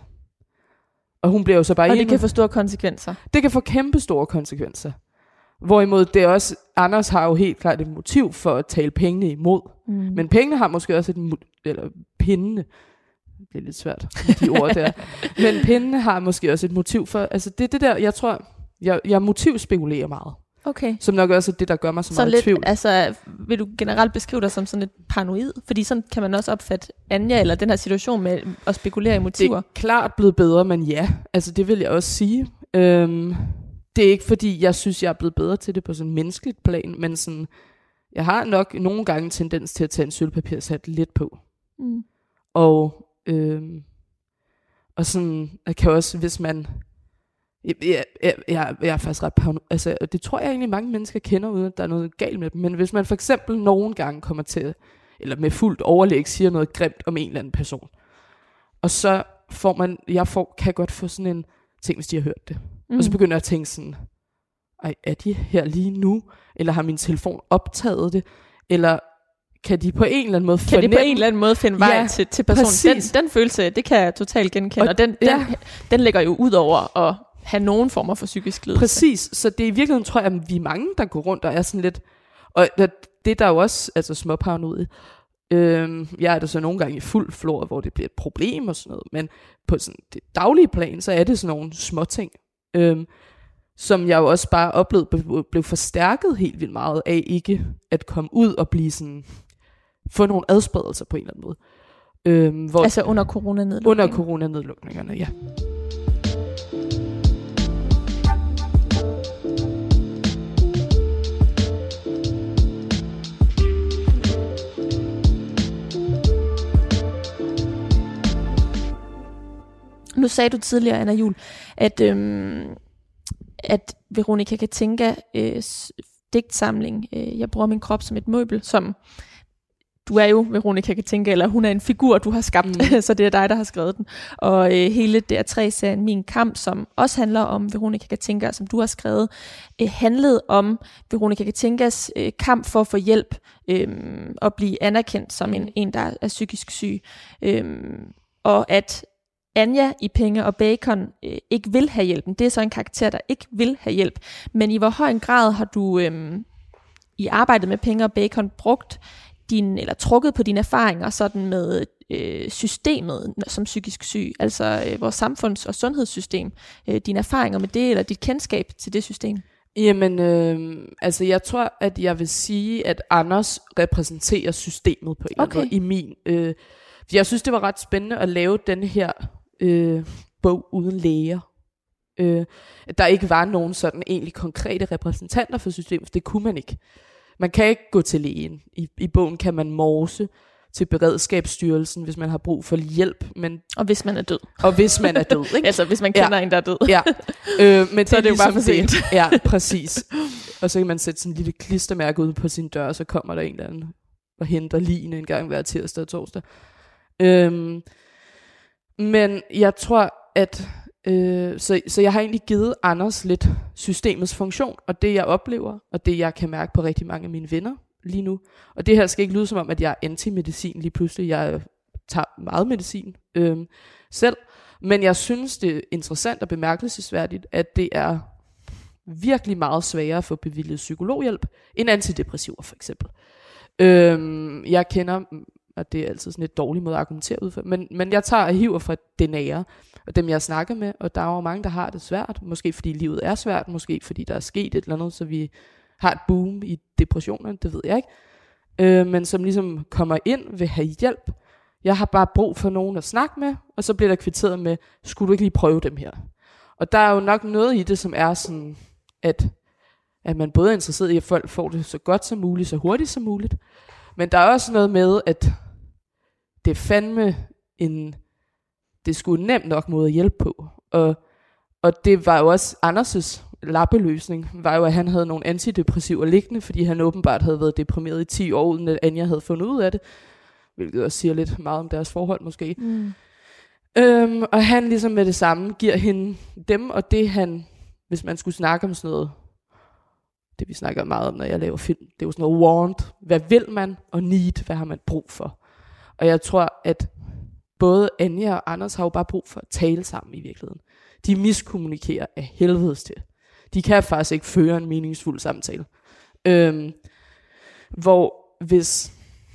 Og hun bliver jo så bare... Og det kan få store konsekvenser. Det kan få kæmpe store konsekvenser. Hvorimod det også, Anders har jo helt klart et motiv for at tale pengene imod. Mm. Men pengene har måske også et, eller pindene, det er lidt svært, de ord der. Men pindene har måske også et motiv for, altså det er det der, jeg tror, jeg, jeg motivspekulerer meget. Okay. Som nok også er det, der gør mig så, så meget lidt, tvivl. Altså, vil du generelt beskrive dig som sådan et paranoid? Fordi sådan kan man også opfatte Anja, eller den her situation med at spekulere i motiver. Det er klart blevet bedre, men ja, altså det vil jeg også sige. Øhm, det er ikke fordi, jeg synes, jeg er blevet bedre til det på sådan en menneskeligt plan, men sådan, jeg har nok nogle gange tendens til at tage en sølvpapirshat lidt på. Mm. Og, øhm, og sådan, jeg kan også, hvis man... Jeg, jeg, jeg, jeg er faktisk ret paranoid. Altså, det tror jeg egentlig mange mennesker kender, uden at der er noget galt med dem. Men hvis man for eksempel nogle gange kommer til, eller med fuldt overlæg, siger noget grimt om en eller anden person, og så får man, jeg får, kan godt få sådan en ting, hvis de har hørt det. Mm. Og så begynder jeg at tænke sådan, ej, er de her lige nu? Eller har min telefon optaget det? Eller kan de på en eller anden måde Kan fornemme? de på en eller anden måde finde vej ja, til, til personen? Den, den følelse, det kan jeg totalt genkende. Og, og den, ja. den, den lægger jo ud over at have nogen former for psykisk lidelse. Præcis, så det er i virkeligheden, tror jeg, at vi er mange, der går rundt og er sådan lidt, og det der er jo også, altså småparanoid, øhm, jeg er der så nogle gange i fuld flor, hvor det bliver et problem og sådan noget, men på sådan det daglige plan, så er det sådan nogle små ting. Øhm, som jeg jo også bare oplevede blev, blev forstærket helt vildt meget af ikke at komme ud og blive sådan, få nogle adspredelser på en eller anden måde. Øhm, hvor, altså under coronanedlukningen? Under coronanedlukningerne, ja. Nu sagde du tidligere, Anna Juhl, at, øhm, at Veronica Katinka øh, digtsamling, øh, Jeg bruger min krop som et møbel, som du er jo Veronica Katinka, eller hun er en figur, du har skabt, mm. så det er dig, der har skrevet den. Og øh, hele D R tre-serien Min Kamp, som også handler om Veronica Katinka, som du har skrevet, øh, handlede om Veronica Katinkas øh, kamp for at få hjælp øh, og blive anerkendt som en, en der er psykisk syg. Øh, og at Anja i Penge og Bacon øh, ikke vil have hjælpen. Det er så en karakter, der ikke vil have hjælp. Men i hvor høj en grad har du øh, i arbejdet med Penge og Bacon brugt din, eller trukket på dine erfaringer sådan med øh, systemet som psykisk syg, altså øh, vores samfunds- og sundhedssystem, øh, dine erfaringer med det, eller dit kendskab til det system? Jamen, øh, altså jeg tror, at jeg vil sige, at Anders repræsenterer systemet på en okay. eller anden måde i min. Øh, jeg synes, det var ret spændende at lave den her øh, bog uden læger. Øh, at der ikke var nogen sådan egentlig konkrete repræsentanter for systemet, for det kunne man ikke. Man kan ikke gå til lægen. I, i bogen kan man morse til Beredskabsstyrelsen, hvis man har brug for hjælp. Men og hvis man er død. Og hvis man er død, ikke? altså hvis man kender ja. en, der er død. ja. øh, men så er det, det jo bare for sent. Ja, præcis. Og så kan man sætte sådan en lille klistermærke ud på sin dør, og så kommer der en eller anden og henter ligene en gang hver tirsdag og torsdag. Øhm, men jeg tror, at øh, så, så jeg har egentlig givet Anders lidt systemets funktion, og det jeg oplever, og det jeg kan mærke på rigtig mange af mine venner lige nu. Og det her skal ikke lyde som om, at jeg er anti-medicin lige pludselig. Jeg tager meget medicin øh, selv, men jeg synes, det er interessant og bemærkelsesværdigt, at det er virkelig meget sværere at få bevilget psykologhjælp end antidepressiver for eksempel. Øh, jeg kender, og det er altid sådan et dårligt måde at argumentere ud for, men, men jeg tager hiver fra det nære, og dem jeg snakker med, og der er jo mange, der har det svært, måske fordi livet er svært, måske fordi der er sket et eller andet, så vi har et boom i depressionen, det ved jeg ikke, øh, men som ligesom kommer ind, vil have hjælp. Jeg har bare brug for nogen at snakke med, og så bliver der kvitteret med, skulle du ikke lige prøve dem her? Og der er jo nok noget i det, som er sådan, at, at man både er interesseret i, at folk får det så godt som muligt, så hurtigt som muligt, men der er også noget med, at det er fandme en, det er sgu en nem nok måde at hjælpe på. Og, og det var jo også Anders' lappeløsning, var jo, at han havde nogle antidepressiver liggende, fordi han åbenbart havde været deprimeret i ti år, uden at Anja havde fundet ud af det. Hvilket også siger lidt meget om deres forhold måske. Mm. Øhm, og han ligesom med det samme giver hende dem, og det han, hvis man skulle snakke om sådan noget, det vi snakker meget om, når jeg laver film, det er jo sådan noget want, hvad vil man, og need, hvad har man brug for. Og jeg tror, at både Anja og Anders har jo bare brug for at tale sammen i virkeligheden. De miskommunikerer af helvedes til. De kan faktisk ikke føre en meningsfuld samtale. Øhm, hvor hvis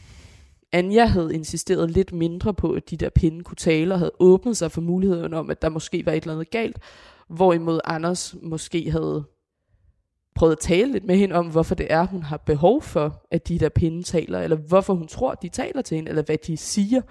Anja havde insisteret lidt mindre på, at de der pinde kunne tale, og havde åbnet sig for muligheden om, at der måske var et eller andet galt, hvorimod Anders måske havde prøvet at tale lidt med hende om, hvorfor det er, hun har behov for, at de der pinde taler, eller hvorfor hun tror, de taler til hende, eller hvad de siger,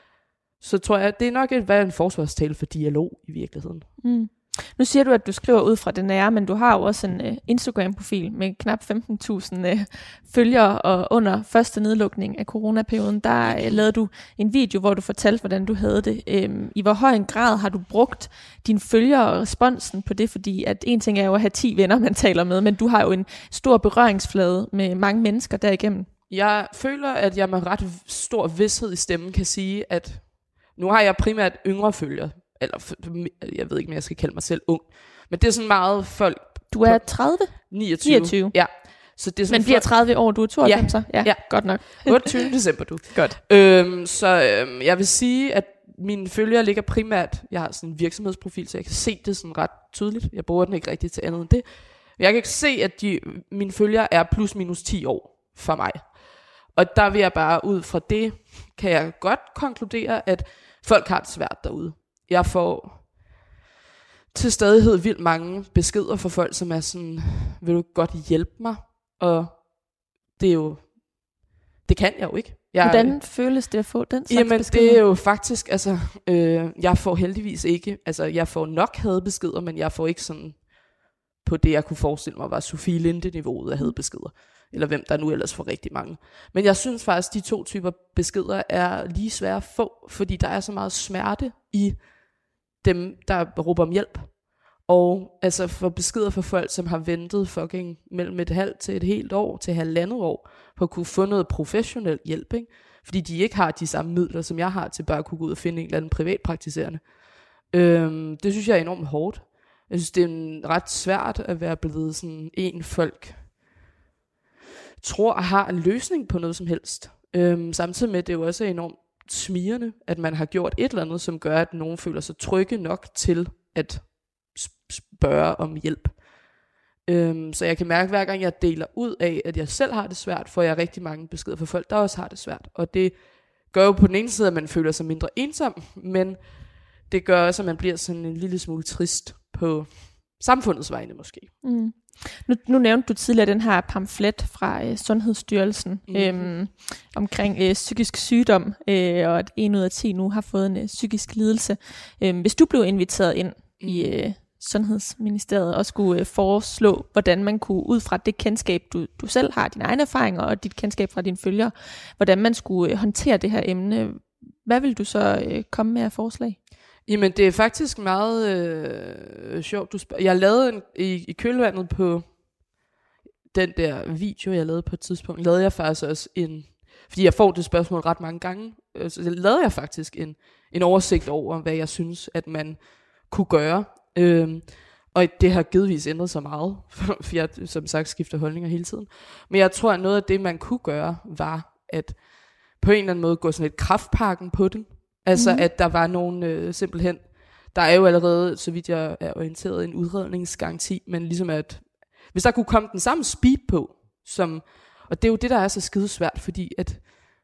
så tror jeg, at det er nok et, hvad en forsvarstale for dialog i virkeligheden. Mm. Nu siger du, at du skriver ud fra det nære, men du har jo også en uh, Instagram-profil med knap femten tusind uh, følgere, og under første nedlukning af coronaperioden, der uh, lavede du en video, hvor du fortalte, hvordan du havde det. Um, I hvor høj en grad har du brugt dine følgere og responsen på det? Fordi at en ting er jo at have ti venner, man taler med, men du har jo en stor berøringsflade med mange mennesker derigennem. Jeg føler, at jeg med ret stor vished i stemmen kan sige, at nu har jeg primært yngre følgere, eller jeg ved ikke, om jeg skal kalde mig selv ung, men det er sådan meget folk. Du er tredive? niogtyve. niogtyve. Ja. Så det er sådan men bliver tredive år, du er tooghalvfems? Ja, ja, ja. Godt nok. otteogtyvende december, du. Godt. Øhm, så øhm, jeg vil sige, at mine følgere ligger primært, jeg har sådan en virksomhedsprofil, så jeg kan se det sådan ret tydeligt. Jeg bruger den ikke rigtig til andet end det. Jeg kan se, at de, mine følgere er plus minus ti år for mig. Og der vil jeg bare ud fra det, kan jeg godt konkludere, at folk har det svært derude. Jeg får til stadighed vildt mange beskeder fra folk, som er sådan, vil du godt hjælpe mig? Og det er jo, det kan jeg jo ikke. Jeg, Hvordan føles det at få den slags jamen, beskeder? det er jo faktisk, altså, øh, jeg får heldigvis ikke, altså jeg får nok hadbeskeder, men jeg får ikke sådan, på det jeg kunne forestille mig, var Sofie Linde-niveauet af hadbeskeder. Eller hvem der nu ellers får rigtig mange. Men jeg synes faktisk, de to typer beskeder er lige svære at få, fordi der er så meget smerte i dem, der råber om hjælp. Og altså for beskeder fra folk, som har ventet fucking mellem et halvt til et helt år til halvandet år, på at kunne få noget professionel hjælp, ikke? Fordi de ikke har de samme midler, som jeg har, til bare at kunne gå ud og finde en eller anden privatpraktiserende. Øhm, det synes jeg er enormt hårdt. Jeg synes, det er ret svært at være blevet sådan en folk tror har en løsning på noget som helst. Øhm, samtidig med, det er jo også enormt smirrende, at man har gjort et eller andet, som gør, at nogen føler sig trygge nok til at spørge om hjælp. Øhm, så jeg kan mærke, hver gang jeg deler ud af, at jeg selv har det svært, får jeg rigtig mange beskeder fra folk, der også har det svært. Og det gør jo på den ene side, at man føler sig mindre ensom, men det gør også, at man bliver sådan en lille smule trist på samfundets vegne måske. Mm. Nu, nu nævnte du tidligere den her pamflet fra øh, Sundhedsstyrelsen mm. øhm, omkring øh, psykisk sygdom, øh, og at en ud af ti nu har fået en øh, psykisk lidelse. Øh, hvis du blev inviteret ind mm. i øh, Sundhedsministeriet og skulle øh, foreslå, hvordan man kunne, ud fra det kendskab, du, du selv har, dine egne erfaringer og dit kendskab fra dine følgere, hvordan man skulle øh, håndtere det her emne, hvad vil du så øh, komme med af forslag? Jamen, det er faktisk meget øh, sjovt, du spørger. Jeg lavede en, i, i kølvandet på den der video, jeg lavede på et tidspunkt, lavede jeg faktisk også en, fordi jeg får det spørgsmål ret mange gange, øh, så lavede jeg faktisk en, en oversigt over, hvad jeg synes, at man kunne gøre. Øh, og det har givetvis ændret sig meget, for jeg som sagt skifter holdninger hele tiden. Men jeg tror, at noget af det, man kunne gøre, var at på en eller anden måde gå sådan et kraftpakken på den. Altså mm. at der var nogen øh, simpelthen, der er jo allerede, så vidt jeg er orienteret, en udredningsgaranti, men ligesom at, hvis der kunne komme den samme speed på, som, og det er jo det, der er så skidesvært, fordi at,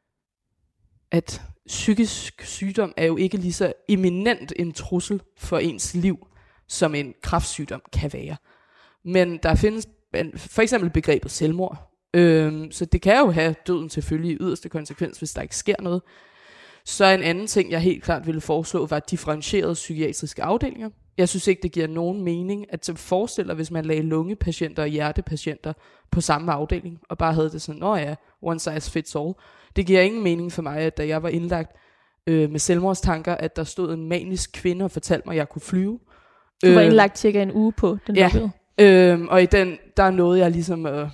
at psykisk sygdom er jo ikke lige så eminent en trussel for ens liv, som en kræftsygdom kan være. Men der findes for eksempel begrebet selvmord, øhm, så det kan jo have døden til følge i yderste konsekvens, hvis der ikke sker noget. Så en anden ting, jeg helt klart ville foreslå, var differentierede psykiatriske afdelinger. Jeg synes ikke, det giver nogen mening, at så forestiller, hvis man lagde lungepatienter og hjertepatienter på samme afdeling, og bare havde det sådan, nå ja, one size fits all. Det giver ingen mening for mig, at da jeg var indlagt øh, med selvmordstanker, at der stod en manisk kvinde og fortalte mig, at jeg kunne flyve. Du var indlagt cirka en uge på den ja, lukkede. Øh, og i den, der nåede jeg ligesom øh,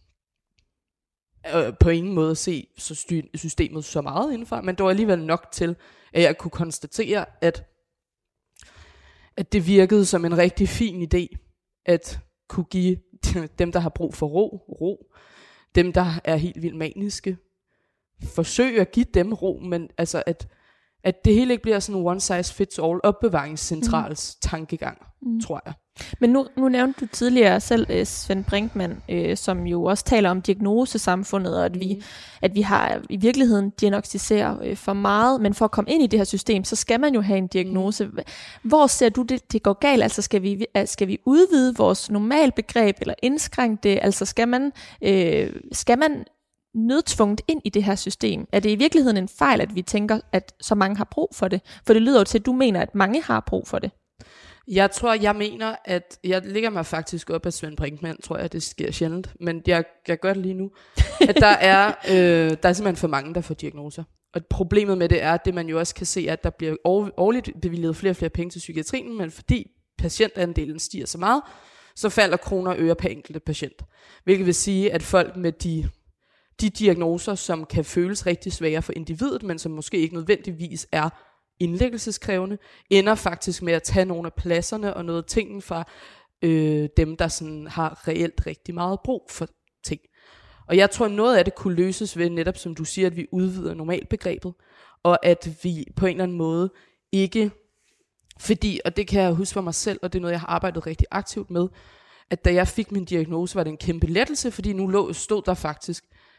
øh, på ingen måde at se så systemet så meget indenfor, men det var alligevel nok til, at jeg kunne konstatere, at, at det virkede som en rigtig fin idé, at kunne give dem, der har brug for ro, ro. Dem, der er helt vildt maniske, forsøge at give dem ro, men altså at, at det hele ikke bliver sådan en one size fits all opbevaringscentrals mm. tankegang, mm. tror jeg. Men nu, nu nævnte du tidligere selv Svend Brinkmann, øh, som jo også taler om diagnosesamfundet, og at, mm. vi, at vi har i virkeligheden diagnostiserer øh, for meget, men for at komme ind i det her system, så skal man jo have en diagnose. Mm. Hvor ser du det, det går galt? Altså skal vi, skal vi udvide vores normalbegreb, eller indskrænke det? Altså skal man, øh, skal man nødtvunget ind i det her system? Er det i virkeligheden en fejl, at vi tænker, at så mange har brug for det? For det lyder jo til, at du mener, at mange har brug for det. Jeg tror, jeg mener, at jeg ligger mig faktisk op af Svend Brinkmann, tror jeg, det sker sjældent, men jeg, jeg gør det lige nu, at der er, øh, der er simpelthen for mange, der får diagnoser. Og problemet med det er, at det man jo også kan se, at der bliver årligt bevilget flere og flere penge til psykiatrien, men fordi patientandelen stiger så meget, så falder kroner og øre per enkelte patient. Hvilket vil sige, at folk med de, de diagnoser, som kan føles rigtig svære for individet, men som måske ikke nødvendigvis er indlæggelseskrævende, ender faktisk med at tage nogle af pladserne og noget ting fra øh, dem, der sådan har reelt rigtig meget brug for ting. Og jeg tror, noget af det kunne løses ved netop, som du siger, at vi udvider normalbegrebet, og at vi på en eller anden måde ikke, fordi, og det kan jeg huske for mig selv, og det er noget, jeg har arbejdet rigtig aktivt med, at da jeg fik min diagnose, var det en kæmpe lettelse, fordi nu lå, stod der faktisk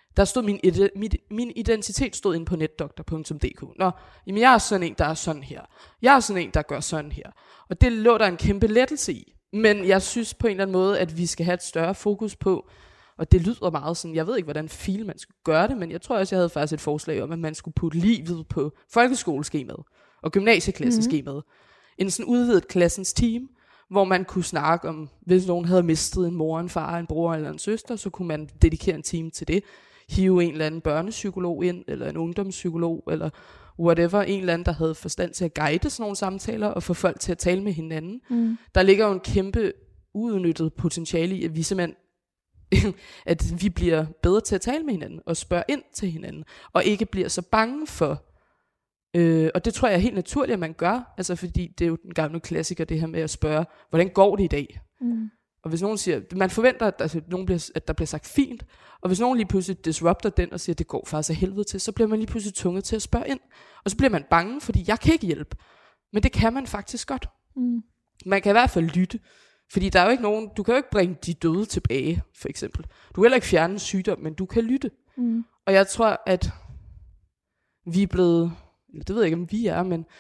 Der stod min, ide, min, min identitet stod inde på netdoktor punktum d k. Nå, jamen jeg er sådan en, der er sådan her. Jeg er sådan en, der gør sådan her. Og det lå der en kæmpe lettelse i. Men jeg synes på en eller anden måde, at vi skal have et større fokus på, og det lyder meget sådan, jeg ved ikke, hvordan fil man skulle gøre det, men jeg tror også, jeg havde faktisk et forslag om, at man skulle putte livet på folkeskoleskemaet og gymnasieklasseskemaet. Mm-hmm. En sådan udvidet klassens team, hvor man kunne snakke om, hvis nogen havde mistet en mor, en far, en bror eller en søster, så kunne man dedikere en time til det. Hive en eller anden børnepsykolog ind, eller en ungdomspsykolog, eller whatever, en eller anden, der havde forstand til at guide sådan nogle samtaler, og få folk til at tale med hinanden. Mm. Der ligger jo en kæmpe uudnyttet potentiale i, at vi simpelthen, at vi bliver bedre til at tale med hinanden, og spørge ind til hinanden, og ikke bliver så bange for, øh, og det tror jeg er helt naturligt, at man gør, altså fordi det er jo den gamle klassiker, det her med at spørge, hvordan går det i dag? Mm. Og hvis nogen siger, man forventer, at der, nogen bliver, at der bliver sagt fint, og hvis nogen lige pludselig disrupter den og siger, at det går faktisk af helvede til, så bliver man lige pludselig tvunget til at spørge ind. Og så bliver man bange, fordi jeg kan ikke hjælpe. Men det kan man faktisk godt. Mm. Man kan i hvert fald lytte, fordi der er jo ikke nogen, du kan jo ikke bringe de døde tilbage, for eksempel. Du kan heller ikke fjerne en sygdom, men du kan lytte. Mm. Og jeg tror, at vi er blevet, det ved jeg ikke, om vi er, men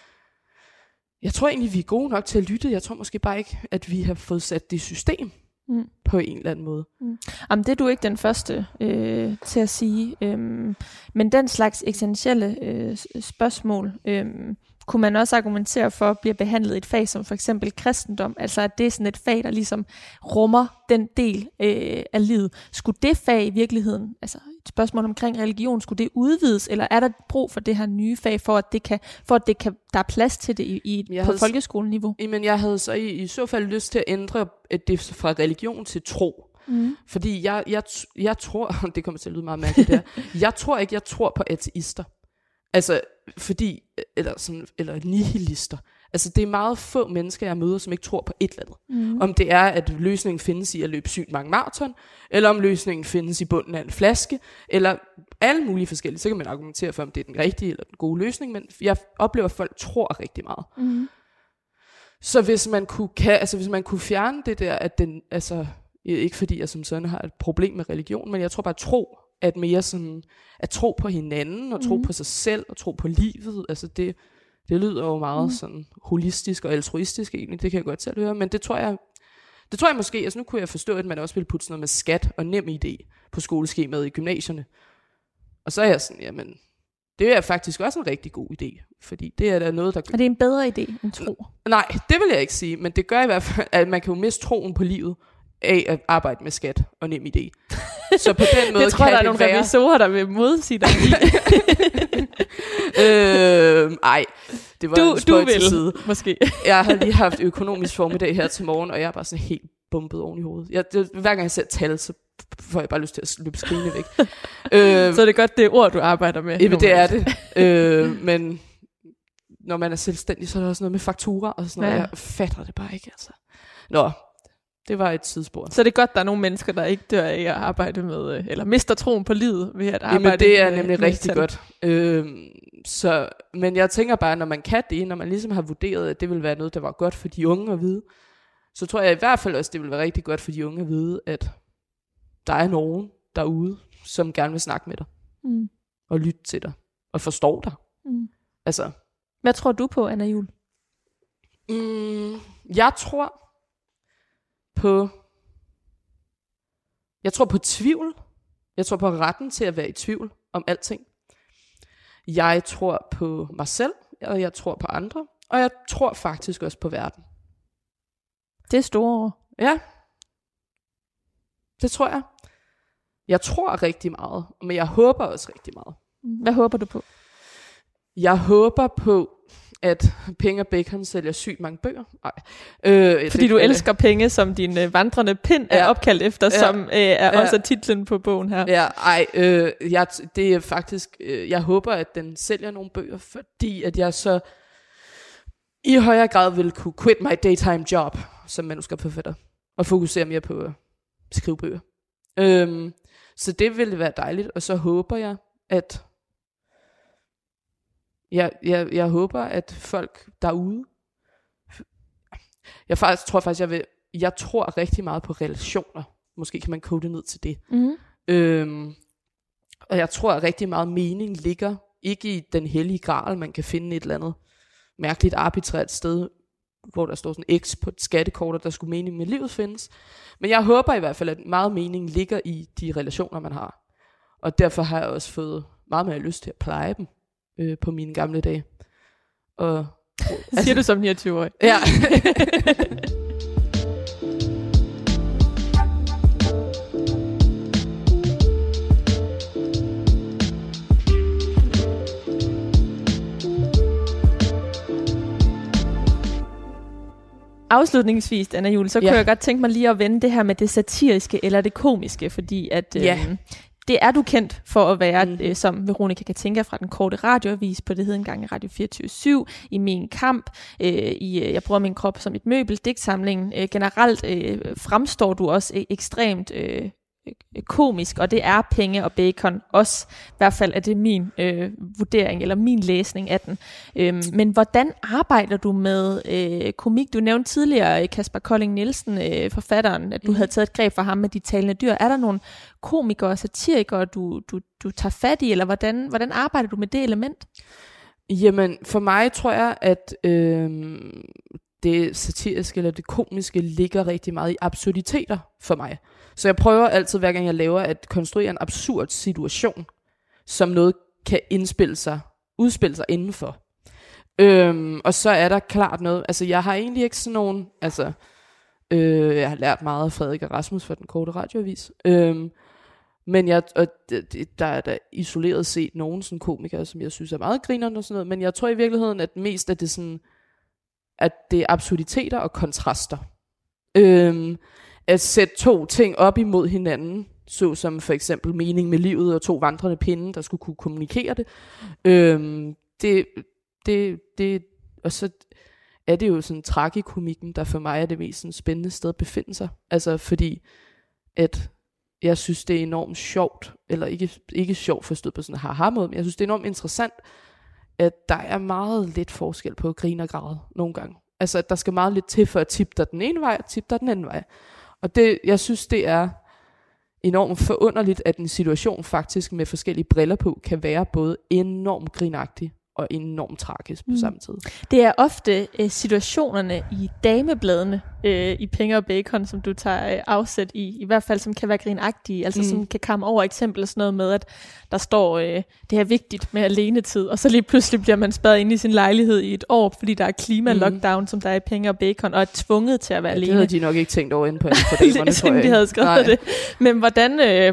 jeg tror egentlig, vi er gode nok til at lytte. Jeg tror måske bare ikke, at vi har fået sat det i system mm. på en eller anden måde. Mm. Jamen, det er du ikke den første øh, til at sige. Øhm, men den slags essentielle øh, spørgsmål, øh, kunne man også argumentere for, bliver behandlet i et fag som for eksempel kristendom. Altså at det er sådan et fag, der ligesom rummer den del øh, af livet. Skulle det fag i virkeligheden, altså et spørgsmål omkring religion, skulle det udvides, eller er der brug for det her nye fag, for at det kan, for at det kan, der er plads til det i, i på havde, folkeskoleniveau? Men jeg havde så i, i så fald lyst til at ændre at det fra religion til tro. Mm. Fordi jeg, jeg, jeg tror, det kommer til at lyde meget mærkeligt der, jeg tror ikke, jeg tror på ateister. Altså, fordi, eller, sådan, eller nihilister. Altså, det er meget få mennesker, jeg møder, som ikke tror på et eller andet. Mm. Om det er, at løsningen findes i at løbe sygt mange maraton, eller om løsningen findes i bunden af en flaske, eller alle mulige forskellige. Så kan man argumentere for, om det er den rigtige eller den gode løsning, men jeg oplever, at folk tror rigtig meget. Mm. Så hvis man kunne, kan, altså, hvis man kunne fjerne det der, at den, altså, ikke fordi jeg som sådan har et problem med religion, men jeg tror bare, at tro at mere sådan, at tro på hinanden, og tro mm. på sig selv, og tro på livet, altså det, det lyder jo meget mm. sådan holistisk og altruistisk egentlig, det kan jeg godt selv høre, men det tror jeg, det tror jeg måske, altså nu kunne jeg forstå, at man også ville putte sådan noget med skat og nem idé på skoleskemaet i gymnasierne, og så er jeg sådan, jamen, det er faktisk også en rigtig god idé, fordi det er da noget, der... Er det en bedre idé end tro? Nej, det vil jeg ikke sige, men det gør i hvert fald, at man kan jo miste troen på livet, af at arbejde med skat og nem idé. Så på den måde det tror kan jeg, det der er nogle være... revisorer, der vil modsige dig. øh, ej, det var du, en spøj til til side. Måske. Jeg har lige haft økonomisk formiddag her til morgen, og jeg er bare sådan helt bumpet oven i hovedet. Jeg, det, hver gang jeg ser tal, så får jeg bare lyst til at løbe skrigende væk. øh, så er det godt, det ord, du arbejder med? Jamen, det er det. øh, men når man er selvstændig, så er der også noget med fakturer og sådan noget. Ja. Jeg fatter det bare ikke, altså. Nå, det var et sidespor. Så det er godt, der er nogle mennesker, der ikke dør af at arbejde med, eller mister troen på livet ved at arbejde. Jamen, det er med, nemlig med rigtig godt. Øhm, så, men jeg tænker bare, når man kan det, når man ligesom har vurderet, at det vil være noget, der var godt for de unge at vide, så tror jeg i hvert fald også, det vil være rigtig godt for de unge at vide, at der er nogen derude, som gerne vil snakke med dig, mm. og lytte til dig, og forstår dig. Mm. Altså. Hvad tror du på, Anna Juhl? Mm, jeg tror på, jeg tror på tvivl. Jeg tror på retten til at være i tvivl om alting. Jeg tror på mig selv, og jeg tror på andre, og jeg tror faktisk også på verden. Det er store ord. Ja, det tror jeg. Jeg tror rigtig meget, men jeg håber også rigtig meget. Hvad håber du på? Jeg håber på, at Penge og Bacon sælger sygt mange bøger. Nej. Øh, Fordi du elsker det. Penge, som din øh, vandrende pind er ja. opkaldt efter, ja. som øh, er ja. også titlen på bogen her. Ja, ej, øh, jeg, det er faktisk, øh, jeg håber, at den sælger nogle bøger, fordi at jeg så i højere grad vil kunne quit my daytime job som manuskriptforfatter, og fokusere mere på at skrive bøger. Øh, så det ville være dejligt, og så håber jeg, at Jeg, jeg, jeg håber, at folk derude, jeg faktisk, tror faktisk, jeg vil, jeg tror rigtig meget på relationer. Måske kan man kode det ned til det. Mm. Øhm, Og jeg tror, at rigtig meget mening ligger ikke i den hellige gral, man kan finde et eller andet mærkeligt arbitrært sted, hvor der står sådan X på et skattekort, og der skulle mening med livet findes. Men jeg håber i hvert fald, at meget mening ligger i de relationer, man har. Og derfor har jeg også fået meget mere lyst til at pleje dem øh, på mine gamle dage. Og, altså, siger du som niogtyve-årig? Ja. Afslutningsvis, Anna Juhl, så ja. kunne jeg godt tænke mig lige at vende det her med det satiriske eller det komiske, fordi at ja. øh, det er du kendt for at være, mm. øh, som Veronica Katinka fra den korte radioavis på det hed engang Radio fireogtyve syv, i Min Kamp, øh, i øh, Jeg bruger min krop som et møbel, digtsamlingen. Øh, generelt øh, fremstår du også øh, ekstremt øh, komisk, og det er Penge og Bacon også. I hvert fald er det min øh, vurdering, eller min læsning af den. Øhm, men hvordan arbejder du med øh, komik? Du nævnte tidligere Kasper Kolding Nielsen, øh, forfatteren, at du mm. havde taget et greb fra ham med De talende dyr. Er der nogle komikere og satirikere, du, du, du tager fat i, eller hvordan, hvordan arbejder du med det element? Jamen, for mig tror jeg, at øh, det satiriske eller det komiske ligger rigtig meget i absurditeter for mig. Så jeg prøver altid, hver gang jeg laver, at konstruere en absurd situation, som noget kan indspille sig, udspille sig indenfor. Øhm, og så er der klart noget, altså jeg har egentlig ikke sådan nogen, altså øh, jeg har lært meget af Frederik og Rasmus fra den korte radioavis, øhm, men jeg, og der er der isoleret set nogen sådan komikere, som jeg synes er meget grinerende og sådan noget, men jeg tror i virkeligheden, at mest af det sådan, at det er absurditeter og kontraster. Øhm, at sætte to ting op imod hinanden, så som for eksempel mening med livet og to vandrende pinde, der skulle kunne kommunikere det. Øhm, det, det, det og så er det jo sådan tragikomikken, der for mig er det mest sådan spændende sted at befinde sig. Altså fordi, at jeg synes, det er enormt sjovt, eller ikke, ikke sjovt forstået på sådan en haha-måde, men jeg synes, det er enormt interessant, at der er meget lidt forskel på grin og græde nogle gange. Altså, at der skal meget lidt til for at tippe dig den ene vej, og tippe dig den anden vej. Og det, jeg synes, det er enormt forunderligt, at en situation faktisk med forskellige briller på, kan være både enormt grinagtig og enormt tragisk på mm. samme tid. Det er ofte øh, situationerne i damebladene øh, i Penge og Bacon, som du tager øh, afsæt i, i hvert fald som kan være grinagtige, altså mm. som kan komme over eksempel sådan noget med, at der står, øh, det er vigtigt med alenetid, og så lige pludselig bliver man spadet ind i sin lejlighed i et år, fordi der er klima-lockdown, mm. som der er i Penge og Bacon, og er tvunget til at være ja, alene. Det havde de nok ikke tænkt over inde på, på damerne, tror jeg. De havde skrevet Nej. det. Men hvordan øh,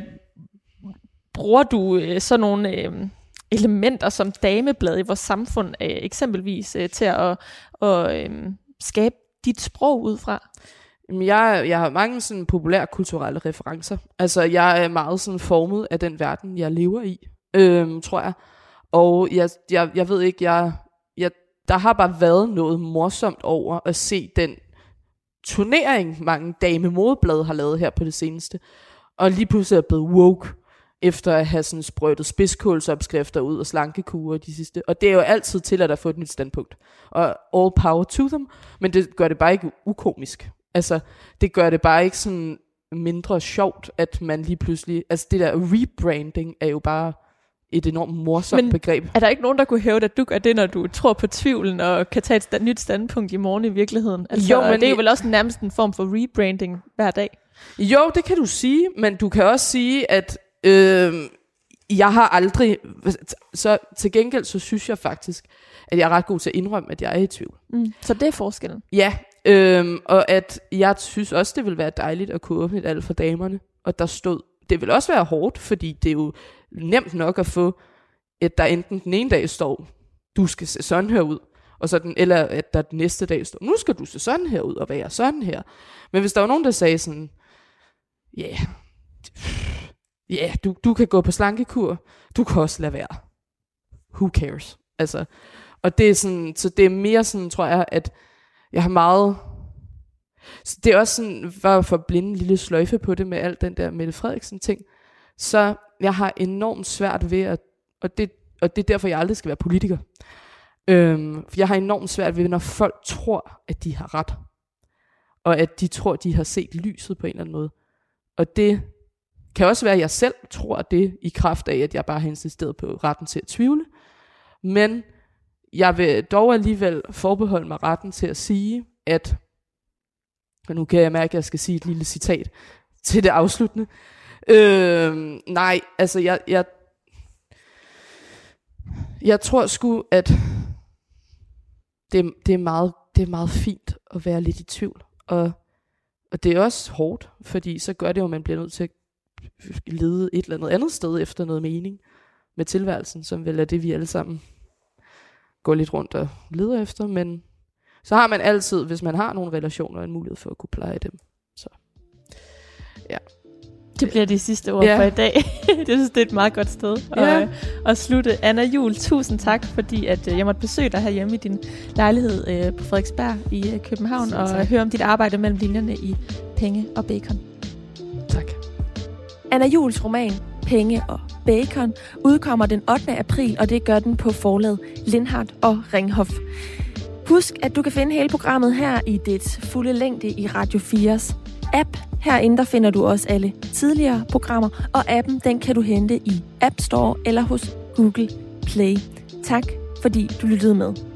bruger du øh, sådan nogle Øh, elementer som dameblad i vores samfund, øh, eksempelvis øh, til at og, øh, skabe dit sprog ud fra? Jeg, jeg har mange sådan populære kulturelle referencer. Altså jeg er meget sådan formet af den verden, jeg lever i, øh, tror jeg. Og jeg, jeg, jeg ved ikke, jeg, jeg, der har bare været noget morsomt over at se den turnering, mange damemodblade har lavet her på det seneste. Og lige pludselig er blevet woke, efter at have sådan sprøjtet spidskålsopskrifter ud og slankekurer de sidste. Og det er jo altid til at få et nyt standpunkt. Og all power to them, men det gør det bare ikke ukomisk. Altså, det gør det bare ikke sådan mindre sjovt, at man lige pludselig... Altså, det der rebranding er jo bare et enormt morsomt men begreb. Er der ikke nogen, der kunne hævde, at du gør det, når du tror på tvivlen, og kan tage et stand- nyt standpunkt i morgen i virkeligheden? Altså, jo, men det er jo vel også nærmest en form for rebranding hver dag. Jo, det kan du sige, men du kan også sige, at Øh, jeg har aldrig, så til gengæld så synes jeg faktisk, at jeg er ret god til at indrømme, at jeg er i tvivl. Mm, så det er forskellen. Ja, øh, og at jeg synes også, det vil være dejligt at kunne åbne et alt for damerne. Og der stod, det vil også være hårdt, fordi det er jo nemt nok at få, at der enten den ene dag står, du skal se sådan her ud, og så den, eller at der den næste dag står, nu skal du se sådan her ud og være sådan her. Men hvis der var nogen, der sagde sådan, ja, yeah, ja, yeah, du, du kan gå på slankekur, du kan også lade være. Who cares? Altså, og det er sådan, så det er mere sådan, tror jeg, at jeg har meget, så det er også sådan, var for at blinde en lille sløjfe på det med alt den der Mette Frederiksen ting, så jeg har enormt svært ved at, og det, og det er derfor, jeg aldrig skal være politiker. Øhm, for jeg har enormt svært ved, når folk tror, at de har ret, og at de tror, de har set lyset på en eller anden måde. Og det kan også være, at jeg selv tror det i kraft af, at jeg bare har insisteret på retten til at tvivle. Men jeg vil dog alligevel forbeholde mig retten til at sige, at, og nu kan jeg mærke, at jeg skal sige et lille citat til det afsluttende. Øh, nej, altså jeg, jeg, jeg tror sgu, at det, det, er meget, det er meget fint at være lidt i tvivl. Og, og det er også hårdt, fordi så gør det jo, at man bliver nødt til at lede et eller andet andet sted efter noget mening med tilværelsen, som vel er det, vi alle sammen går lidt rundt og leder efter. Men så har man altid, hvis man har nogle relationer, en mulighed for at kunne pleje dem. Så ja. Det bliver de sidste ord ja. for i dag. Det synes, det er et meget godt sted ja. at, at slutte. Anna Juhl, tusind tak, fordi at, jeg måtte besøge dig herhjemme i din lejlighed øh, på Frederiksberg i øh, København, så, og tak. høre om dit arbejde mellem linjerne i Penge og Bacon. Tak. Anna Juhls roman Penge og Bacon udkommer den ottende april, og det gør den på forlaget Lindhardt og Ringhof. Husk, at du kan finde hele programmet her i dets fulde længde i Radio fires app. Herinde der finder du også alle tidligere programmer, og appen den kan du hente i App Store eller hos Google Play. Tak fordi du lyttede med.